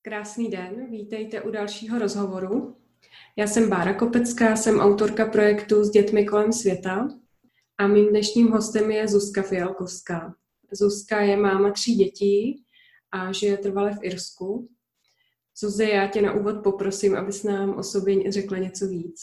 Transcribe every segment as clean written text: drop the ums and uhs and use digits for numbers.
Krásný den, vítejte u dalšího rozhovoru. Já jsem Bára Kopecká, jsem autorka projektu S dětmi kolem světa a mým dnešním hostem je Zuzka Fialkovská. Zuzka je máma 3 dětí a žije trvale v Irsku. Zuzi, já tě na úvod poprosím, abys nám o sobě řekla něco víc.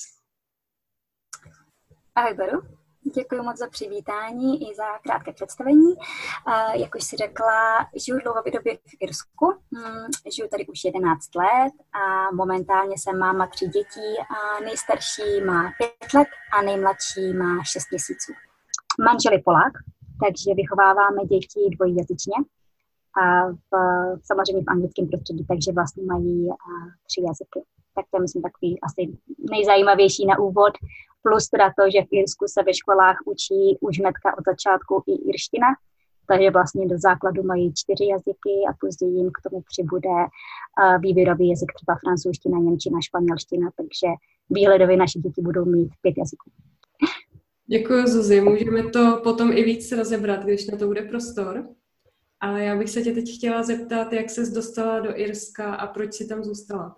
Ahoj, Baru. Děkuji moc za přivítání i za krátké představení. Jak už jsi řekla, žiju dlouhodobě v Irsku. Žiju tady už 11 let a momentálně jsem máma 3 dětí a nejstarší má 5 let a nejmladší má 6 měsíců. Manžel je Polák, takže vychováváme děti dvojjazyčně a samozřejmě v anglickém prostředí, takže vlastně mají 3 jazyky. Tak to je, myslím, takový asi nejzajímavější na úvod. Plus teda to, že v Irsku se ve školách učí už hnedka od začátku i irština, takže vlastně do základu mají 4 jazyky a později jim k tomu přibude výběrový jazyk, třeba francouzština, němčina, španělština, takže výhledově naše děti budou mít 5 jazyků. Děkuji, Zuzi. Můžeme to potom i víc rozebrat, když na to bude prostor. Ale já bych se tě teď chtěla zeptat, jak ses dostala do Irska a proč jsi tam zůstala?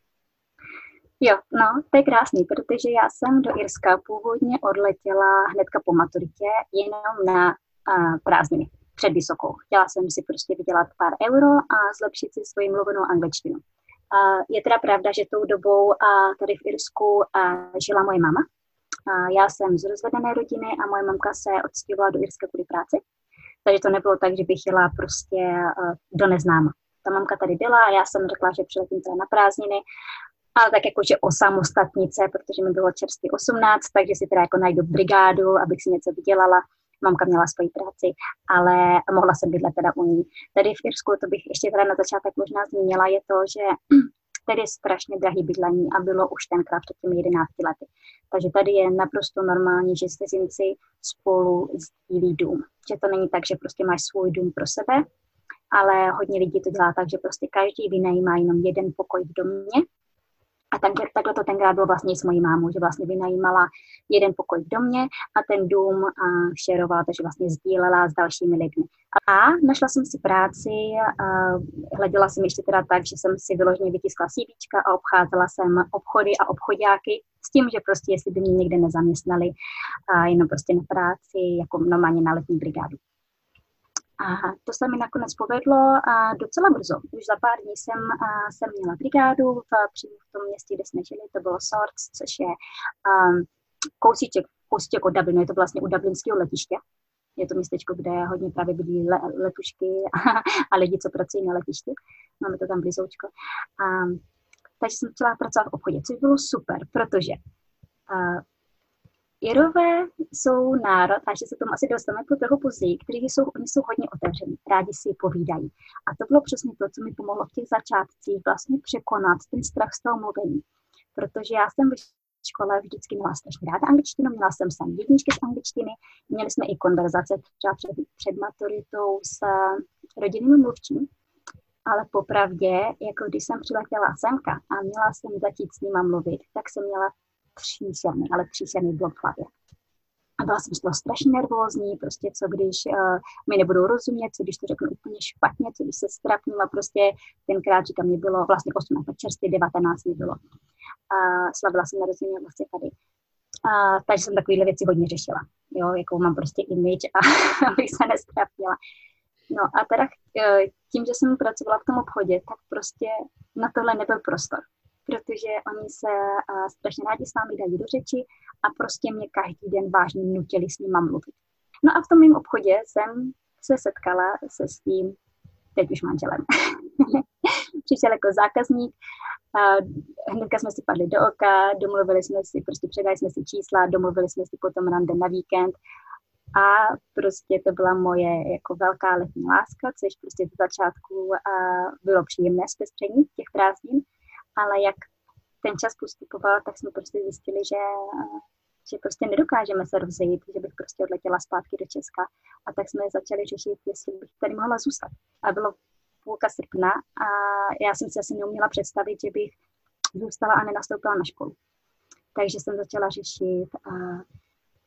Jo, no, to je krásný, protože já jsem do Irska původně odletěla hnedka po maturitě jenom na prázdniny před vysokou. Chtěla jsem si prostě vydělat pár euro a zlepšit si svoji mluvenou angličtinu. Je teda pravda, že tou dobou tady v Irsku žila moje máma. Já jsem z rozvedené rodiny a moje mamka se odstěhovala do Irska kvůli práci. Takže to nebylo tak, že bych jela prostě do neznáma. Ta mamka tady byla a já jsem řekla, že přiletím teda na prázdniny. Ale tak jakože osamostatnice, protože mi bylo čerstvě 18, takže si teda jako najdu brigádu, abych si něco vydělala. Mamka měla svoji práci, ale mohla jsem bydlet teda u ní. Tady v Irsku, to bych ještě teda na začátek možná zmínila, je to, že tady je strašně drahý bydlení a bylo už tenkrát před těmi 11 lety. Takže tady je naprosto normální, že cizinci spolu sdílí dům. Že to není tak, že prostě máš svůj dům pro sebe, ale hodně lidí to dělá tak, že prostě každý vynajímá jenom jeden pokoj v domě. A takhle to tenkrát bylo vlastně s mojí mámou, že vlastně vynajímala jeden pokoj v domě a ten dům šerovala, takže vlastně sdílela s dalšími lidmi. A našla jsem si práci, hleděla jsem ještě teda tak, že jsem si vyloženě vytiskla CVčka a obcházela jsem obchody a obchodáky s tím, že prostě jestli by mě někde nezaměstnali, jenom prostě na práci, jako normálně na letní brigádu. A to se mi nakonec povedlo docela brzo. Už za pár dní jsem měla brigádu přímo v tom městě, kde jsme žili, to bylo Swords, což je kousíček od Dublinu, je to vlastně u dublinského letiště. Je to městečko, kde hodně právě bydlí letušky a lidi, co pracují na letišti. Máme to tam blízoučko. Takže jsem začala pracovat v obchodě, což bylo super, protože Irové jsou národ, a že se tomu asi dostaneme po trochu později, oni jsou hodně otevření, rádi si povídají. A to bylo přesně to, co mi pomohlo v těch začátcích vlastně překonat ten strach z toho mluvení. Protože já jsem v škole vždycky měla strašně ráda angličtinu, měla jsem sem jedničky z angličtiny, měli jsme i konverzace třeba před maturitou s rodinným mluvčím. Ale popravdě, jako když jsem přiletěla semka a měla jsem začít s nima mluvit, tak jsem měla příšerný blok v hlavě. A byla jsem z toho strašně nervózní, prostě co když mi nebudou rozumět, co když to řeknu úplně špatně, co když se strapním a prostě tenkrát, říkám, mě bylo vlastně 18, tak čerstvě 19 mi bylo. Slavila jsem narozeniny vlastně tady. Takže jsem takovýhle věci hodně řešila, jo, jakou mám prostě image a abych se nestrapnila. No a teda tím, že jsem pracovala v tom obchodě, tak prostě na tohle nebyl prostor. Protože oni se strašně rádi s námi dají do řeči a prostě mě každý den vážně nutili s nima mluvit. No a v tom mém obchodě jsem se setkala se s tím, teď už manželem. Přišel jako zákazník, hnedka jsme si padli do oka, domluvili jsme si, prostě předali jsme si čísla, domluvili jsme si potom rande na víkend a prostě to byla moje jako velká letní láska, což prostě z začátku bylo příjemné zpestření těch prázdnin. Ale jak ten čas postupoval, tak jsme prostě zjistili, že prostě nedokážeme se rozejít, že bych prostě odletěla zpátky do Česka. A tak jsme začali řešit, jestli bych tady mohla zůstat. A bylo půlka srpna a já jsem si asi neuměla představit, že bych zůstala a nenastoupila na školu. Takže jsem začala řešit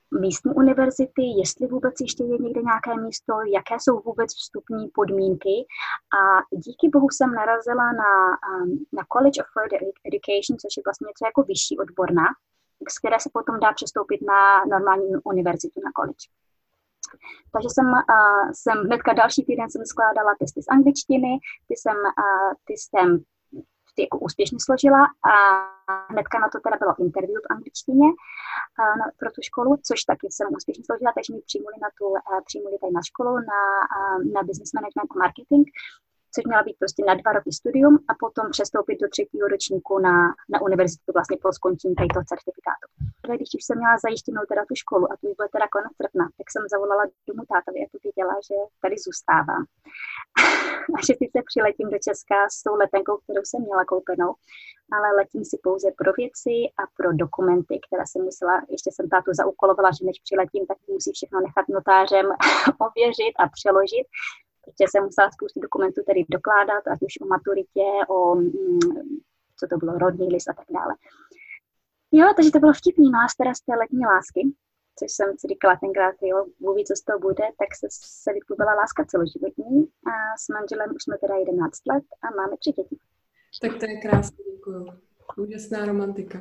místní univerzity, jestli vůbec ještě je někde nějaké místo, jaké jsou vůbec vstupní podmínky. A díky bohu jsem narazila na College of Further Education, což je vlastně něco jako vyšší odborná, z které se potom dá přestoupit na normální univerzitu, na college. Takže jsem hnedka další týden jsem skládala testy z angličtiny, ty jsem jako úspěšně složila a hnedka na to teda bylo interview v angličtině pro tu školu, což taky jsem úspěšně složila, takže mi přijmuli tady na školu na business management a marketing, což měla být prostě na 2 roky studium a potom přestoupit do 3. ročníku na univerzitu vlastně po skončení toho certifikátu. Když už jsem měla zajištěnou teda tu školu a to už bylo teda konec srpna, tak jsem zavolala domů tátovi a to viděla, že tady zůstávám. A že sice přiletím do Česka s tou letenkou, kterou jsem měla koupenou, ale letím si pouze pro věci a pro dokumenty, které jsem musela, ještě jsem tátu zaúkolovala, že než přiletím, tak musí všechno nechat notářem ověřit a přeložit, protože jsem musela spoustu dokumentů tady dokládat, ať už o maturitě, o co to bylo, rodný list a tak dále. Jo, takže to bylo vtipný, no a teda z té letní lásky, což jsem si říkala tenkrát, jo, Bůh ví, co z toho bude, tak se vyklubila láska celoživotní a s manželem už jsme teda 11 let a máme 3 děti. Tak to je krásné, děkuju. Úžasná romantika.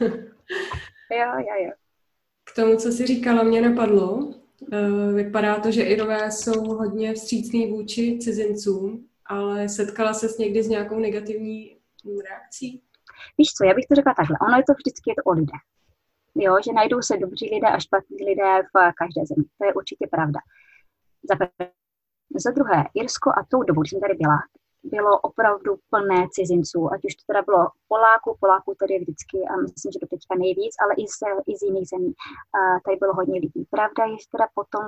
Jo. K tomu, co jsi říkala, mě napadlo. Vypadá to, že Irové jsou hodně vstřícní vůči cizincům, ale setkala ses někdy s nějakou negativní reakcí? Víš co, já bych to řekla takhle. Ono je to vždycky o lidech. Jo, že najdou se dobří lidé a špatní lidé v každé zemi. To je určitě pravda. Za druhé, Irsko a tou dobu, když jsem tady byla, bylo opravdu plné cizinců, ať už to teda bylo Poláků tady je vždycky a myslím, že to teďka nejvíc, ale i z jiných zemí. Tady bylo hodně lidí. Pravda je, že teda potom,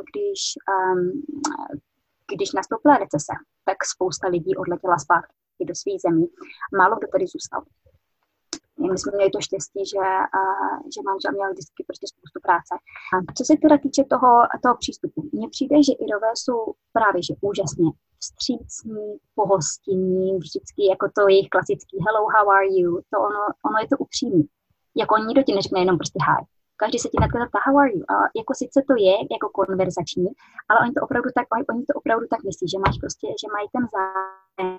když nastoupila recese, tak spousta lidí odletěla zpátky do svých zemí. Málo kdo tady zůstal. My jsme měli to štěstí, že manžel měl vždycky prostě spoustu práce. A co se teda týče toho přístupu, mně přijde, že Irové jsou právě že úžasně vstřícní, pohostinní, vždycky jako to jejich klasický hello, how are you, to ono je to upřímný. Jako nikdo ti neřekne jenom prostě hi. Každý se ti hned ptá how are you. A jako sice to je jako konverzační, ale oni to opravdu tak myslí, že máš prostě, že mají ten zájem.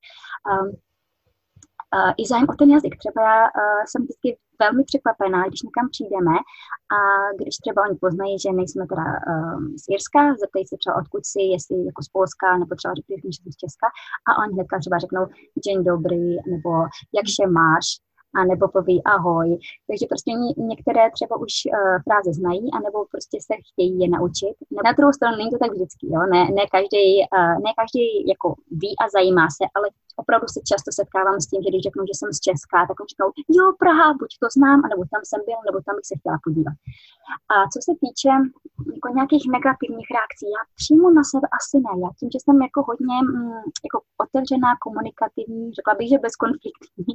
I zájem o ten jazyk. Třeba já jsem vždycky velmi překvapená, když někam přijdeme a když třeba oni poznají, že nejsme teda z Irska, zeptají se třeba odkud si, jestli jako z Polska, nebo třeba řekli, že jsou z Česka a oni hnedka třeba řeknou dzień dobry, nebo jak se máš, a nebo poví ahoj. Takže prostě některé třeba už fráze znají, anebo prostě se chtějí je naučit. Na druhou stranu není to tak vždycky, jo? Ne každý jako ví a zajímá se, ale opravdu se často setkávám s tím, že když řeknu, že jsem z Česka, tak oni řeknou, jo, Praha, buď to znám, anebo tam jsem byl, nebo tam bych se chtěla podívat. A co se týče jako nějakých negativních reakcí, já přímo na sebe asi ne. Já tím, že jsem jako hodně jako otevřená, komunikativní, řekla bych, že bezkonfliktní,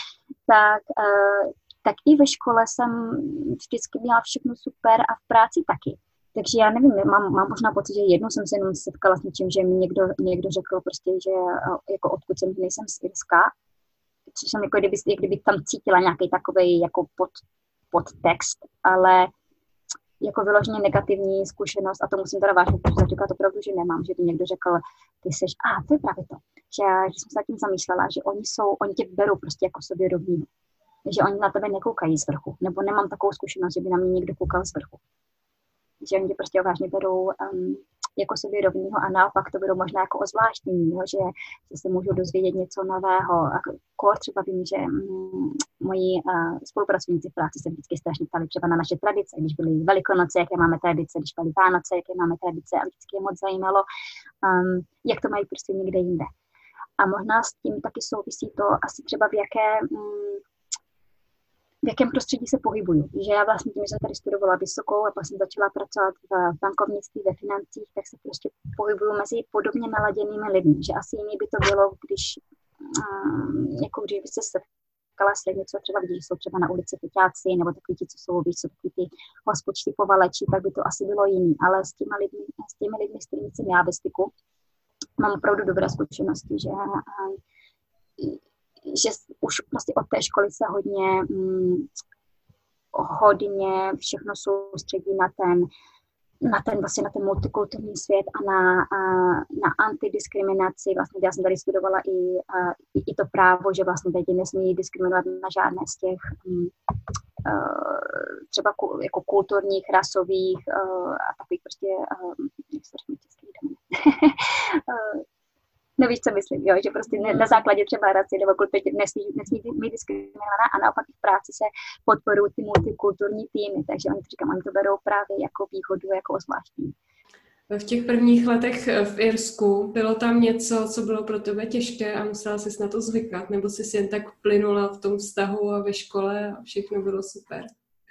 tak i ve škole jsem vždycky měla všechno super a v práci taky. Takže já nevím, mám možná pocit, že jednou jsem se jenom setkala s něčím, že mi někdo řekl prostě, že jako odkud jsem, nejsem z Irska, což jsem jako kdyby tam cítila nějaký takovej jako podtext, ale jako vyloženě negativní zkušenost, a to musím teda vážně říkat opravdu, že nemám, že by někdo řekl, ty seš, to je právě to, že jsem se nad tím zamýšlela, že oni tě berou prostě jako sobě rovnýho, že oni na tebe nekoukají z vrchu, nebo nemám takovou zkušenost, že by na mě někdo koukal z vrchu. Že oni tě prostě vážně berou jako sobě rovnýho a naopak to budou možná jako ozvláštní, že se můžou dozvědět něco nového. Kor třeba vím, že moji spolupracovníci v práci se vždycky strašně ptali třeba na naše tradice, když byly Velikonoce, jaké máme tradice, když byly Vánoce, jaké máme tradice a vždycky je moc zajímalo, jak to mají prostě někde jinde. A možná s tím taky souvisí to asi třeba v jakém prostředí se pohybuju. Že já vlastně tím, že jsem tady studovala vysokou a pak jsem začala pracovat v bankovnictví, ve financích, tak se prostě pohybuju mezi podobně naladěnými lidmi. Že asi jiný by to bylo, když by se setkala s lidmi, co třeba vidíš, jsou třeba na ulici fyťáci, nebo takový ti, co jsou, víš, co takový ty hospodští povaleči, tak by to asi bylo jiný. Ale s těmi lidmi, s kterými jsem já ve styku, mám opravdu dobré zkušenosti, že už prostě od té školy se hodně hodně všechno soustředí na ten multikulturní svět a na antidiskriminaci. Vlastně já jsem tady studovala i to právo, že vlastně lidi nesmí diskriminovat na žádné z těch třeba jako kulturních, rasových a takových prostě, jak se řekne český nevíš, co myslím, jo? Že prostě na základě třeba rasy nebo kultury nesmí být diskriminovaná a naopak v práci se podporují ty multikulturní týmy, takže oni to berou právě jako výhodu, jako zvláštní. V těch prvních letech v Irsku bylo tam něco, co bylo pro tebe těžké a musela jsi na to zvykat, nebo jsi jen tak plynula v tom vztahu a ve škole a všechno bylo super?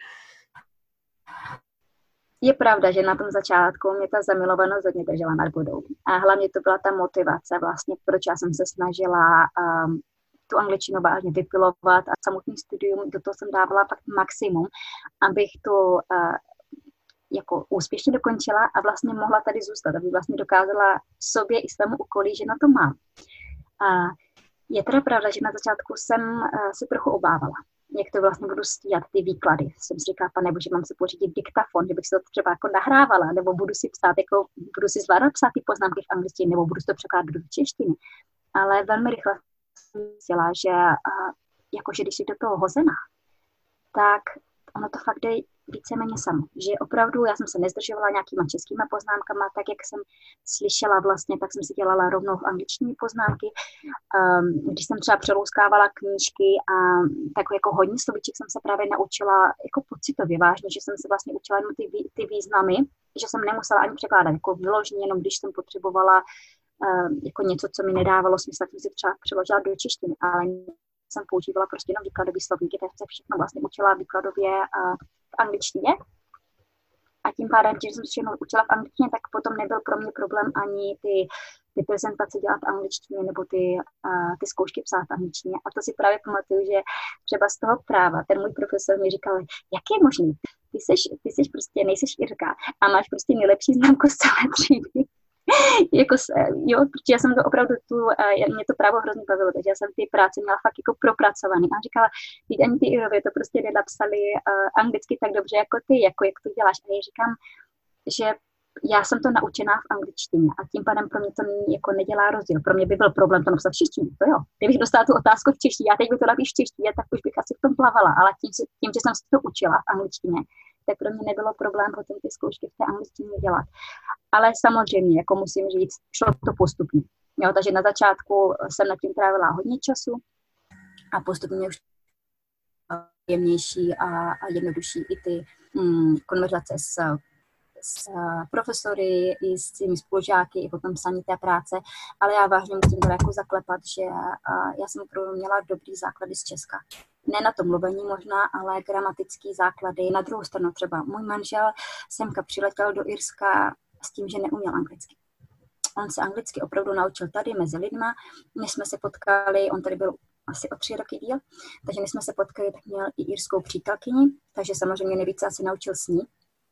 Je pravda, že na tom začátku mě ta zamilovanost hodně držela nad vodou. A hlavně to byla ta motivace, vlastně, proč já jsem se snažila tu angličtinu vážně vypilovat a samotný studium, do toho jsem dávala fakt maximum, abych to jako úspěšně dokončila a vlastně mohla tady zůstat, aby vlastně dokázala sobě i svému okolí, že na to mám. A je teda pravda, že na začátku jsem se trochu obávala. Jak to vlastně budu stíhat, ty výklady. Jsem si říkala, pane bože, mám si pořídit diktafon, že bych si to třeba jako nahrávala, nebo budu si zvládat psát ty poznámky v angličtině, nebo budu si to překládat do češtiny. Ale velmi rychle jsem zjistila, že jakože když jsi do toho hozena, tak ono to fakt jde víceméně samo. Že opravdu já jsem se nezdržovala nějakýma českýma poznámkama, tak jak jsem slyšela vlastně, tak jsem si dělala rovnou v angličtině poznámky. Když jsem třeba přelouskávala knížky a tak jako hodně slovíček jsem se právě naučila jako pocitově vážně, že jsem se vlastně učila jenom ty významy, že jsem nemusela ani překládat jako vyloženě, jenom když jsem potřebovala jako něco, co mi nedávalo smysl, tak jsem si třeba přeložila do češtiny, ale jsem používala prostě jenom výkladové slovníky, tak se všechno vlastně učila výkladově v angličtině. A tím pádem, když jsem se všechno učila v angličtině, tak potom nebyl pro mě problém ani ty prezentace dělat v angličtině nebo ty zkoušky psát v angličtině. A to si právě pamatuju, že třeba z toho práva ten můj profesor mi říkal, jak je možný, ty jsi prostě, nejseš Irka a máš prostě nejlepší známku z celé třídy. Jako, jo, protože já jsem to opravdu mě to právo hrozně bavilo, takže já jsem ty práce měla fakt jako propracovaný. A říkala, teď ani ty Irově to prostě nenapsali anglicky tak dobře jako ty, jako jak to děláš. A já říkám, že já jsem to naučená v angličtině a tím pádem pro mě to jako nedělá rozdíl. Pro mě by byl problém to napsat v češtině, to jo. Kdybych dostala tu otázku v češtině, já teď bych to napíš v češtině, tak už bych asi v tom plavala, ale tím, že jsem se to učila v angličtině, tak pro mě nebylo problém potom ty zkoušky v té angličtině dělat. Ale samozřejmě, jako musím říct, šlo to postupně. Jo, takže na začátku jsem nad tím trávila hodně času a postupně už jemnější a jednodušší i ty konverzace s profesory, i s těmi spolužáky, i potom psaní té práce, ale já vážně musím to jako zaklepat, že já jsem opravdu měla dobrý základy z Česka. Ne na to mluvení možná, ale gramatický základy. Na druhou stranu třeba můj manžel semka přiletěl do Irska s tím, že neuměl anglicky. On se anglicky opravdu naučil tady mezi lidma. My jsme se potkali, on tady byl asi o 3 roky díl, takže my jsme se potkali, tak měl i irskou přítelkyni, takže samozřejmě nejvíce asi naučil s ní.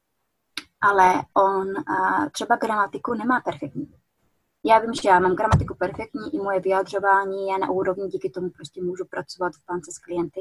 Ale on třeba gramatiku nemá perfektní. Já vím, že já mám gramatiku perfektní, i moje vyjadřování je na úrovni, díky tomu prostě můžu pracovat v bance s klienty.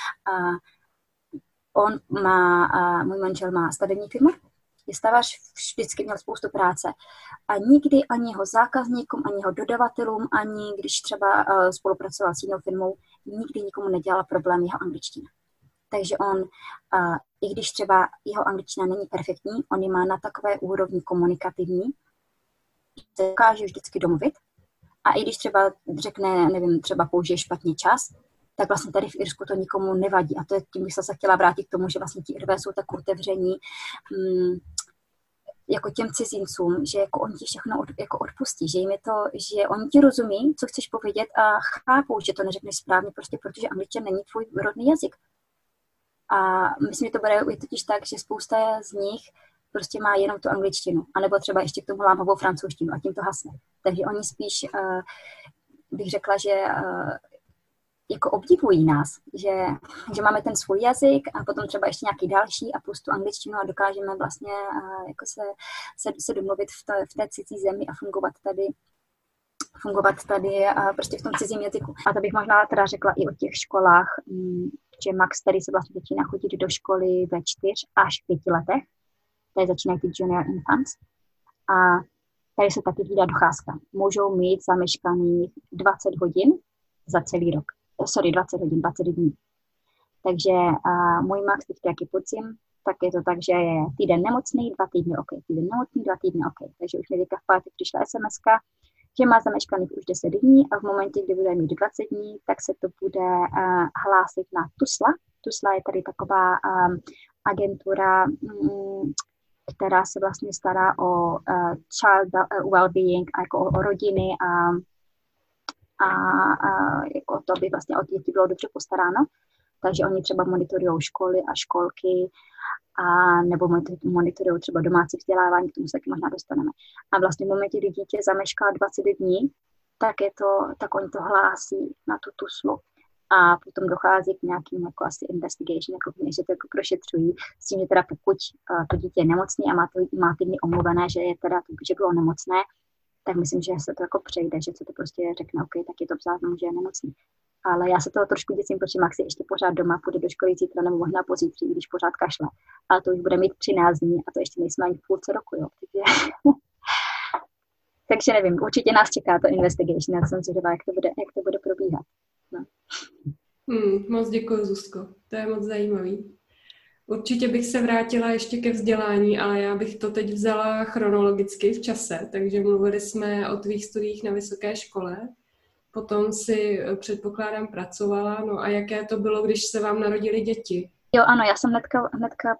Můj manžel má stavební firmu, je stavař, vždycky měl spoustu práce. A nikdy ani jeho zákazníkům, ani jeho dodavatelům, ani když třeba spolupracoval s jinou firmou, nikdy nikomu nedělal problém jeho angličtina. Takže on, i když třeba jeho angličtina není perfektní, on ji má na takové úrovni komunikativní, že se dokáže vždycky domluvit. A i když třeba řekne, nevím, třeba použije špatně čas, tak vlastně tady v Irsku to nikomu nevadí. A to je tím, bych se chtěla vrátit k tomu, že vlastně ti Irové jsou tak otevření jako těm cizincům, že jako oni ti všechno jako odpustí, že jim je to, že oni ti rozumí, co chceš povědět a chápou, že to neřekneš správně, prostě protože angličtina není tvůj rodný jazyk. A myslím, že to bude totiž tak, že spousta z nich prostě má jenom tu angličtinu, anebo třeba ještě k tomu lámavou francouzštinu a tím to hasne. Takže oni spíš, bych řekla, že jako obdivují nás, že máme ten svůj jazyk a potom třeba ještě nějaký další a plus tu angličtinu a dokážeme vlastně jako se domluvit v té cizí zemi a fungovat tady prostě v tom cizím jazyku. A to bych možná teda řekla i o těch školách, že max tady se vlastně začíná chodit do školy ve 4 až 5 letech. Tady začínají ty junior infants. A tady se taky hlídá docházka. Můžou mít zameškaných 20 hodin za celý rok. 20 hodin, 20 dní. Takže můj max teď jak je podzim, tak je to tak, že je týden nemocný, 2 týdny OK. Týden nemocný, 2 týdny OK. Takže už mi teďka v pátek přišla SMS-ka, že má zameškaných už 10 dní a v momentě, kdy bude mít 20 dní, tak se to bude hlásit na TUSLA. TUSLA je tady taková agentura, která se vlastně stará o child well-being, jako o rodiny a jako to, aby vlastně o děti bylo dobře postaráno. Takže oni třeba monitorují školy a školky nebo monitorují třeba domácí vzdělávání, k tomu se taky možná dostaneme. A vlastně v momentě, kdy dítě zamešká 20 dní, tak oni to hlásí na tu TUSLu. A potom dochází k nějakým jako asi investigation, jako že to jako prošetřují, s tím, že teda pokud to dítě je nemocný a má ty dny omluvené, že je teda že bylo nemocné, tak myslím, že se to jako přejde, že se to prostě řekne, OK, tak je to v záznamu, že je nemocný. Ale já se toho trošku děsím, protože Maxi ještě pořád doma půjde do školy zítra nebo možná pozítří, když pořád kašle. Ale to už bude mít 13 dní a to ještě nejsme ani v půlce roku, jo. Takže nevím, určitě nás čeká to investigation, já jsem zvědavá, jak to bude probíhat. No. Moc děkuji, Zuzko, to je moc zajímavý. Určitě bych se vrátila ještě ke vzdělání, ale já bych to teď vzala chronologicky v čase, takže mluvili jsme o tvých studiích na vysoké škole, potom si předpokládám pracovala, no a jaké to bylo, když se vám narodily děti? Jo, ano, já jsem hnedka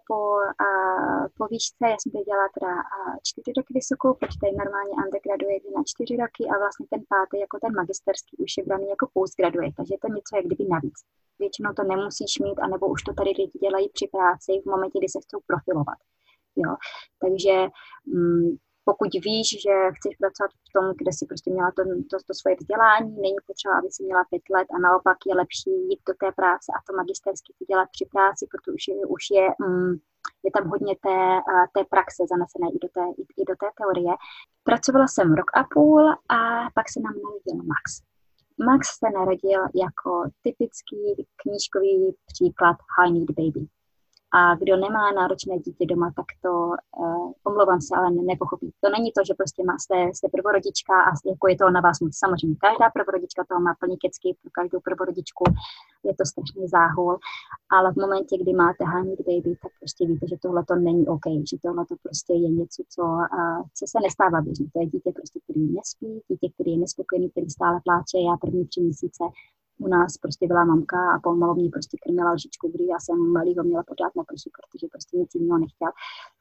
po výšce, já jsem tady dělala teda 4 roky vysokou, protože tady normálně undergraduate na 4 roky a vlastně ten 5. jako ten magisterský už je braný jako postgraduate, takže je to něco jak kdyby navíc. Většinou to nemusíš mít, anebo už to tady lidi dělají při práci v momentě, kdy se chcou profilovat. Jo, takže pokud víš, že chceš pracovat v tom, kde si prostě měla to svoje vzdělání, není potřeba, aby si měla 5 let a naopak je lepší jít do té práce a to magisterský si dělat při práci, protože už je tam hodně té praxe zanesené i do té teorie. Pracovala jsem 1,5 roku a pak se nám narodil Max. Max se narodil jako typický knížkový příklad High Need Baby. A kdo nemá náročné dítě doma, tak to, omlouvám se, ale nepochopí. To není to, že prostě jste prvorodička a jako je to na vás moc. Samozřejmě každá prvorodička toho má plný kecky, pro každou prvorodičku je to strašný záhul, ale v momentě, kdy máte high need baby, tak prostě víte, že tohle to není OK, že tohle to prostě je něco, co se nestává běžně. To je dítě prostě, který nespí, dítě, který je nespokojený, který stále pláče. Já první 3 měsíce u nás prostě byla mamka a pomalu mě prostě krmila lžičku, kdy já jsem malýho měla pořád na prsu, protože prostě nic jiného nechtěl.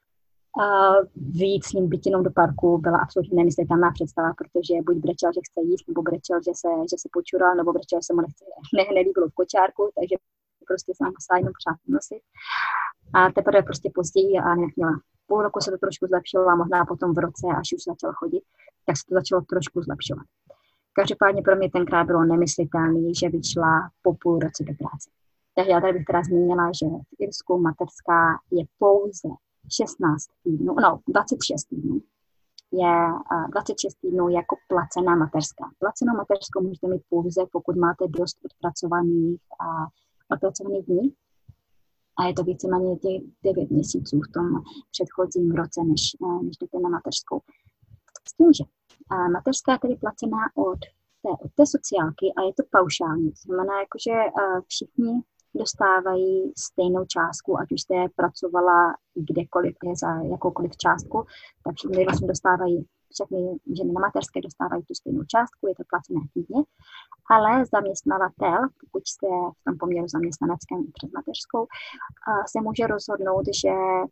Vyjít s ním byt jenom do parku byla absolutně nemyslitelná představa, protože buď brečel, že chce jíst, nebo brečel, že se počural, nebo brečel, že se mu nelíbilo v kočárku, takže prostě jsem musela jenom pořád nosit. A teprve prostě později a neměla. Půl roku se to trošku zlepšilo a možná potom v roce, až už začal chodit, tak se to začalo trošku zlepšovat. Každopádně pro mě tenkrát bylo nemyslitelné, že vyšla po půl roce do práce. Takže já tady bych teda zmínila, že v Irsku mateřská je pouze 16 týdnů, 26 týdnů. Je 26 týdnů jako placená mateřská. Placenou mateřskou můžete mít pouze, pokud máte dost odpracovaných dní. A je to víceméně těch 9 měsíců v tom předchozím roce, než jdete na mateřskou. S tím, že mateřská je tedy placená od té sociálky a je to paušální. To znamená, jakože všichni dostávají stejnou částku, ať už jste pracovala kdekoliv za jakoukoliv částku, tak všichni vlastně dostávají, všechny ženy na mateřské dostávají tu stejnou částku, je to placené týdně, ale zaměstnavatel, pokud jste v tom poměru zaměstnaneckém před mateřskou, se může rozhodnout, že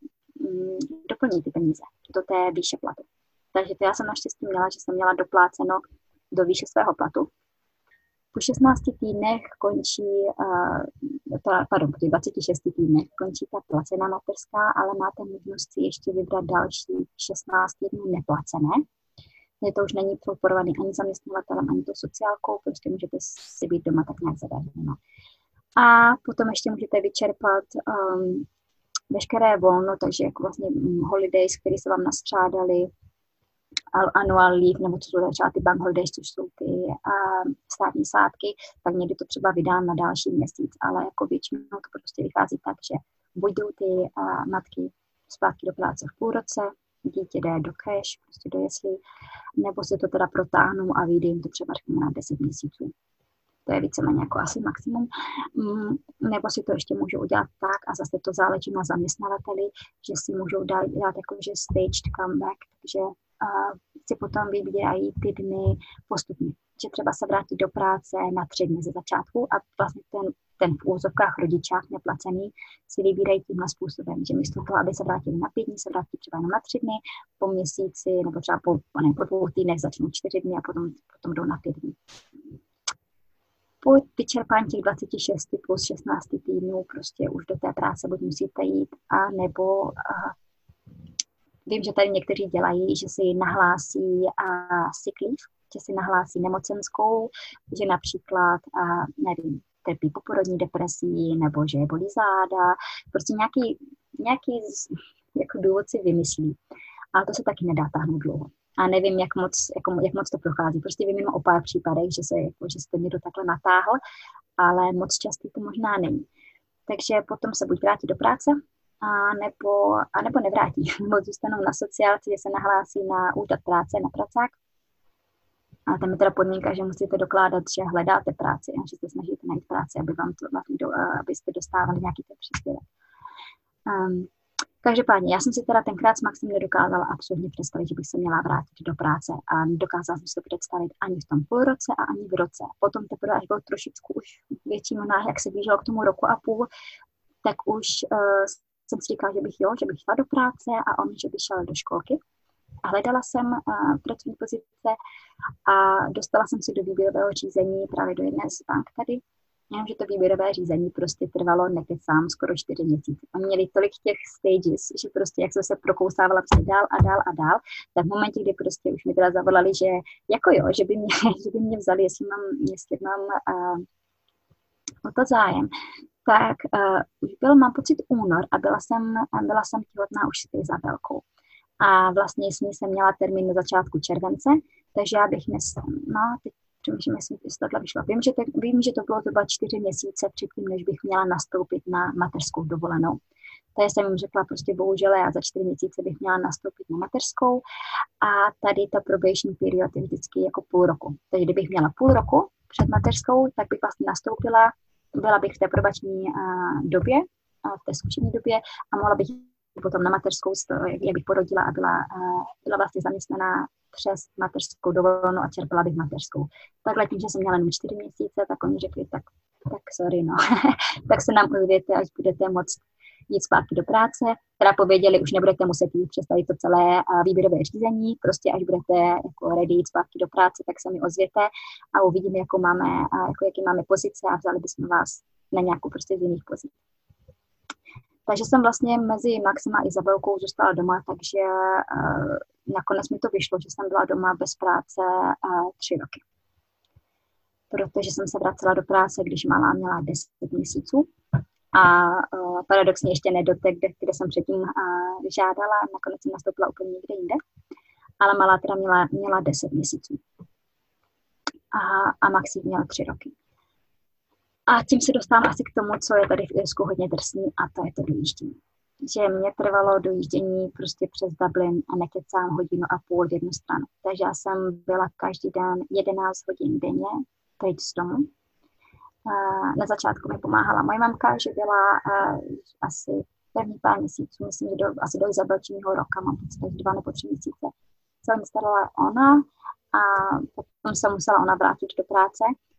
doplní ty peníze do té výše platu. Takže to já jsem naštěstí měla, že jsem měla dopláceno do výše svého platu. Po 16 týdnech končí, po těch 26 týdnech končí ta placená mateřská, ale máte možnost si ještě vybrat další 16 týdnů neplacené. To už není podporovaný ani zaměstnavatelem, ani to sociálkou, prostě můžete si být doma tak nějak zadarmo. A potom ještě můžete vyčerpat veškeré volno, takže jako vlastně holidays, které se vám nastřádaly, annual leave, nebo co jsou třeba ty bank holidays, což jsou ty státní svátky, tak někdy to třeba vydám na další měsíc, ale jako většinou to prostě vychází tak, že buď jdou ty matky zpátky do práce v půlroce, dítě jde do cash, prostě do jeslí, nebo si to teda protáhnou a vyjde jim to třeba na 10 měsíců. To je víceméně jako asi maximum. Nebo si to ještě můžou udělat tak, a zase to záleží na zaměstnavateli, že si můžou dát jakože staged comeback, takže si potom vybírají ty dny postupně. Že třeba se vrátí do práce na 3 dny ze začátku a vlastně ten v úvozovkách rodičák neplacený si vybírají tímhle způsobem, že místo toho, aby se vrátili na 5 dní, se vrátí třeba jenom na 3 dny, po měsíci nebo třeba po 2 týdnech začnou 4 dny a potom jdou na 5 dní. Po vyčerpání těch 26 plus 16 týdnů prostě už do té práce buď musíte jít, a nebo vím, že tady někteří dělají, že si nahlásí sick leave, že si nahlásí nemocenskou, že například, nevím, trpí poporodní depresí, nebo že je bolí záda, prostě nějaký jako důvod si vymyslí. Ale to se taky nedá táhnout dlouho. A nevím, jak moc to prochází. Prostě vím o pár případech, že se to někdo takhle natáhl, ale moc častý to možná není. Takže potom se buď vrátí do práce, a nebo nevrátí. Nebo zůstanou na sociálce, že se nahlásí na úřad práce, na pracák. A tam je teda podmínka, že musíte dokládat, že hledáte práci a že se snažíte najít práci, abyste dostávali nějaký ten příspěvek. Každopádně, já jsem si teda tenkrát s Maxem nedokázala absolutně představit, že bych se měla vrátit do práce a nedokázala jsem si to představit ani v tom půlroce a ani v roce. Potom teprve, až bylo trošičku už větší náhle, jak se blížilo k tomu roku a půl, tak už jsem si říkala, že bych šla do práce a on, že by šel do školky. A hledala jsem pracovní pozice a dostala jsem se do výběrového řízení právě do jedné z bank tady. Jenomže to výběrové řízení prostě trvalo, nekecám, skoro 4 měsíce. A měli tolik těch stages, že prostě jak jsem se prokousávala prostě dál a dál a dál, tak v momentě, kdy prostě už mi teda zavolali, že jako že by mě vzali, jestli mám o to zájem, tak už mám pocit únor a byla jsem těhotná už s Izabelkou. A vlastně s ní jsem měla termín na začátku července, takže já bych teď přemýšlím, jestli tohle vyšlo. Vím, že to bylo zhruba 4 měsíce předtím, než bych měla nastoupit na mateřskou dovolenou. Takže jsem jim řekla prostě bohužel, já za 4 měsíce bych měla nastoupit na mateřskou a tady ta probation period je vždycky jako půl roku. Takže kdybych měla půl roku před mateřskou, tak bych vlastně nastoupila, byla bych v té probační době, v té zkušební době a mohla bych potom na mateřskou, jak bych porodila a byla vlastně zaměstnaná přes mateřskou dovolenou a čerpala bych mateřskou. Takhle tím, že jsem měla jenom 4 měsíce, tak oni řekli, tak sorry, no. Tak se nám ozvěte, až budete moct jít zpátky do práce. Teda pověděli, už nebudete muset jít představit to celé výběrové řízení, prostě až budete jako ready jít zpátky do práce, tak se mi ozvěte a uvidíme, jaký máme pozice a vzali bychom vás na nějakou prostě z jiných pozic. Takže jsem vlastně mezi Maxem a Izabelkou zůstala doma, takže nakonec mi to vyšlo, že jsem byla doma bez práce 3 roky. Protože jsem se vracela do práce, když malá měla 10 měsíců. A paradoxně ještě ne do té, kde jsem předtím žádala, nakonec jsem nastoupila úplně někde jinde. Ale malá teda měla 10 měsíců. A Maxi měla 3 roky. A tím se dostávám asi k tomu, co je tady v Irsku hodně drsný, a to je to dojíždění. Že mě trvalo dojíždění prostě přes Dublin a nekecám 1,5 hodiny v jednu stranu. Takže já jsem byla každý den 11 hodin denně pryč z domu. Na začátku mi pomáhala moje mamka, že byla asi první pár měsíců, myslím, že asi do Izabelčího roka, mám pocit, 2 nebo 3 měsíce. Se o ní starala ona a potom se musela ona vrátit do práce.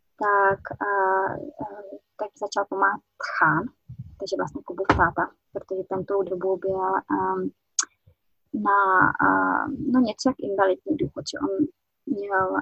Tak začal pomáhat Chán, takže vlastně Kubův táta, protože ten tou dobu byl na něco jak invalidní důchod, že on měl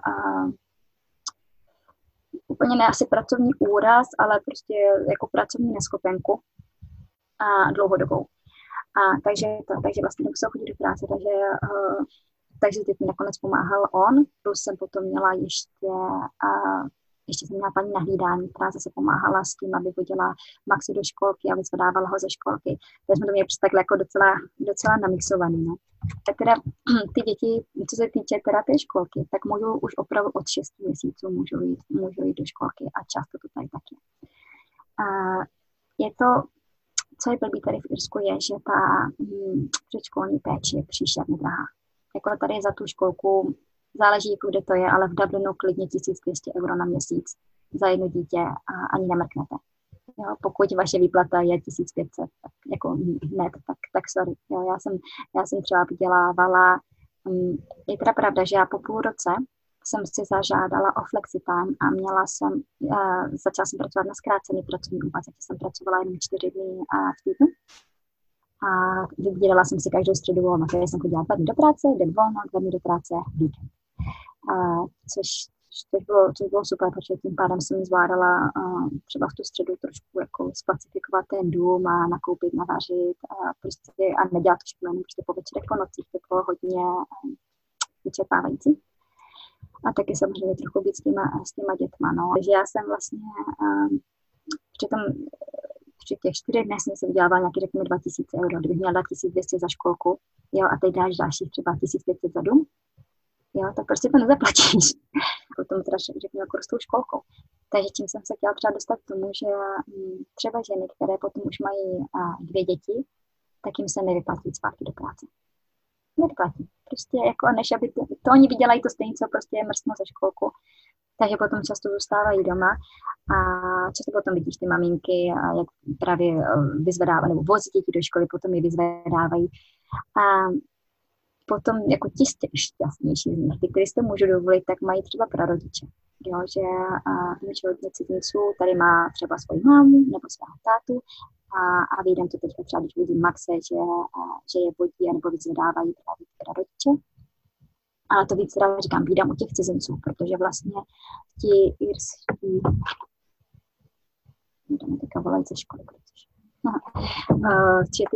úplně ne asi pracovní úraz, ale prostě jako pracovní neschopenku dlouhodobou. Takže vlastně nemusel chodit do práce, takže teď mi nakonec pomáhal on, plus jsem potom měla ještě ještě jsem měla paní na hlídání, která zase pomáhala s tím, aby vodila Maxi do školky a vyzvedávala ho ze školky. Takže jsme to měli takhle jako docela namixovaný. No. Tak teda ty děti, co se týče teda té školky, tak můžou už opravdu od 6 měsíců můžou jít do školky a často to tady taky. Je to, co je blbý tady v Irsku, je, že ta předškolní péče je příšerně drahá. Jako tady za tu školku záleží, kde to je, ale v Dublinu klidně 1200 € na měsíc za jedno dítě a ani nemrknete. Jo, pokud vaše výplata je 1500, tak jako net, tak sorry. Jo, já jsem třeba vydělávala, je teda pravda, že já po půl roce jsem si zažádala o flexitime a začala jsem pracovat na zkrácený pracovní úvazek, jsem pracovala jenom 4 dny v týdnu. A vybírala jsem si každou středu volno, takže jsem chodila 2 dny do práce, den volno, 2 dny do práce, víkend. Což bylo super, protože tím pádem jsem zvládala třeba v tu středu trošku jako spacifikovat ten dům a nakoupit, navařit a nedělat to všechno, prostě po večerech, po nocích, to bylo hodně vyčerpávající. A taky samozřejmě trochu být s těma dětma. No. Takže já jsem vlastně při těch 4 dnech jsem si vydělávala nějaký, řekněme, 2000 €. Kdybych měla 1200 za školku, jo, a teď dáš dalších třeba 1500 za dům, jo, tak prostě to nezaplatíš. Potom teda řekněme jako s tou školkou. Takže čím jsem se chtěla třeba dostat k tomu, že třeba ženy, které potom už mají 2 děti, tak jim se nevyplatí zpátky do práce. Nevyplatí. Prostě jako než aby to oni vydělají to stejně, co prostě je mrzno za školku. Takže potom často zůstávají doma a často potom vidíš ty maminky, jak právě vyzvedávají, nebo vozí děti do školy, potom je vyzvedávají. A potom jako ti šťastnější z nich, ty, kteří si to můžou dovolit, tak mají třeba prarodiče. Jo, že hodně cizinců tady má třeba svoji mámu nebo svého tátu a vídám to teďka třeba, když vidím Maxe, že je vodí nebo vyzvedávají právě prarodiče. Ale to víc rád říkám, vídám u těch cizinců, protože vlastně ti irští, to mi teďka volají ze školy, že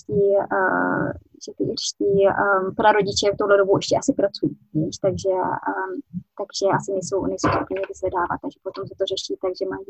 ty irští prarodiče v tuhle dobu ještě asi pracují, víš? Takže asi nejsou schopni vyzvedávat, takže potom se to řeší tak,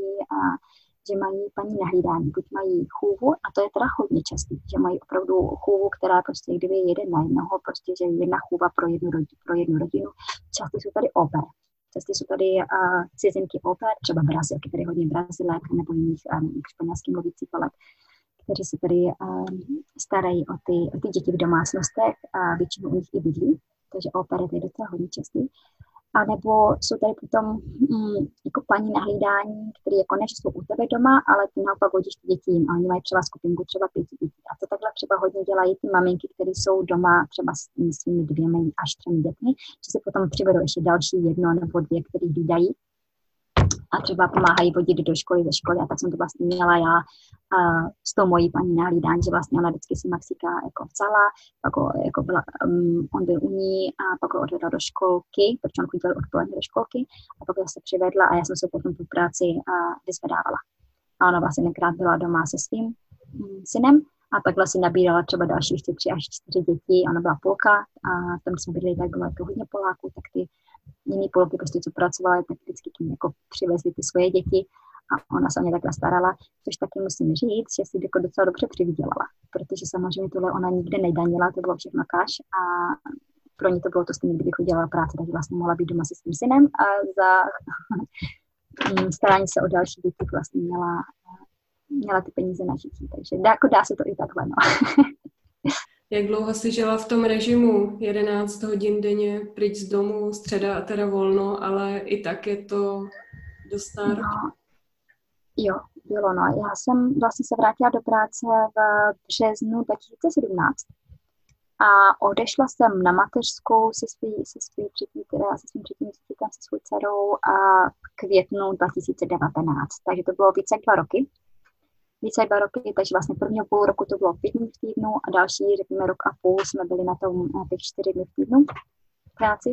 že mají paní na hlídání, buď mají chůvu, a to je teda hodně častý, že mají opravdu chůvu, která prostě kdyby je jeden na jednoho, prostě že jedna chůva pro jednu rodinu. Často jsou tady au pair. Často jsou tady cizinky au pair, třeba Brazilky, tady hodně Brazilek nebo jiných španělský mluvící kolek, kteří se tady starají o ty děti v domácnostech a většinou u nich i bydlí, takže au pair je tady docela hodně častý. A nebo jsou tady potom jako paní na hlídání, které jako než jsou u tebe doma, ale ty naopak vodíš ty děti jim a oni mají třeba skupinku třeba 5 dětí. A to takhle třeba hodně dělají ty maminky, které jsou doma třeba s svými 2 až 3 dětmi, že si potom přivedou ještě další 1 nebo 2, který hlídají a třeba pomáhají vodit do školy, ze školy. A tak jsem to vlastně měla já s tou mojí paní na hlídání, že vlastně ona vždycky si Maxika jako vzala, pak jako byla, on byl u ní a pak ho odvedla do školky, protože on chodil odpoledne do školky a pak se přivedla a já jsem se potom po práci vyzvedávala. A ona vlastně tenkrát byla doma se svým synem a takhle si nabírala třeba dalších 3 až 4 dětí. Ona byla Polka a tam jsme bydli, tak bylo jako hodně Poláků, tak ty jiný Polky, prostě co pracovaly, tak vždycky tím jako přivezli ty svoje děti a ona se o ně takhle starala, což taky musím říct, že si jako docela dobře přivydělala, protože samozřejmě tohle ona nikde nedanila, to bylo všechno cash a pro ní to bylo to stejné, kdyby chodila práce, takže vlastně mohla být doma se svým synem a za starání se o další děti vlastně měla ty peníze na žití, takže dá se to i takhle, no. Jak dlouho jsi žila v tom režimu? 11 hodin denně pryč z domu, středa a teda volno, ale i tak je to dost náročné. No, jo, bylo no. Já jsem vlastně se vrátila do práce v březnu 2017 a odešla jsem na mateřskou se svým třetím dítětem, se svou dcerou a v květnu 2019, takže to bylo více jak 2 roky. Takže vlastně prvního půl roku to bylo 5 dní v týdnu a další, řekněme, rok a půl jsme byli na těch 4 dny v týdnu v práci.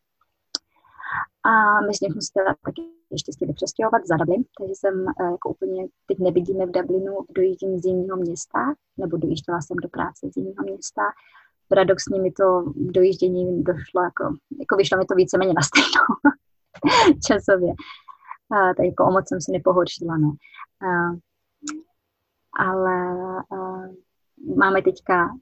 A myslím, že jsme se teda taky ještě chtěli přestěhovat za Dublin, takže jsem jako úplně, teď nebydlíme v Dublinu, dojíždím z jiného města, nebo dojížděla jsem do práce z jiného města. Paradoxně mi to dojíždění došlo, jako vyšlo mi to víceméně na stejnou časově. Tak jako o moc jsem si nepohoršila, no. Ale máme teďka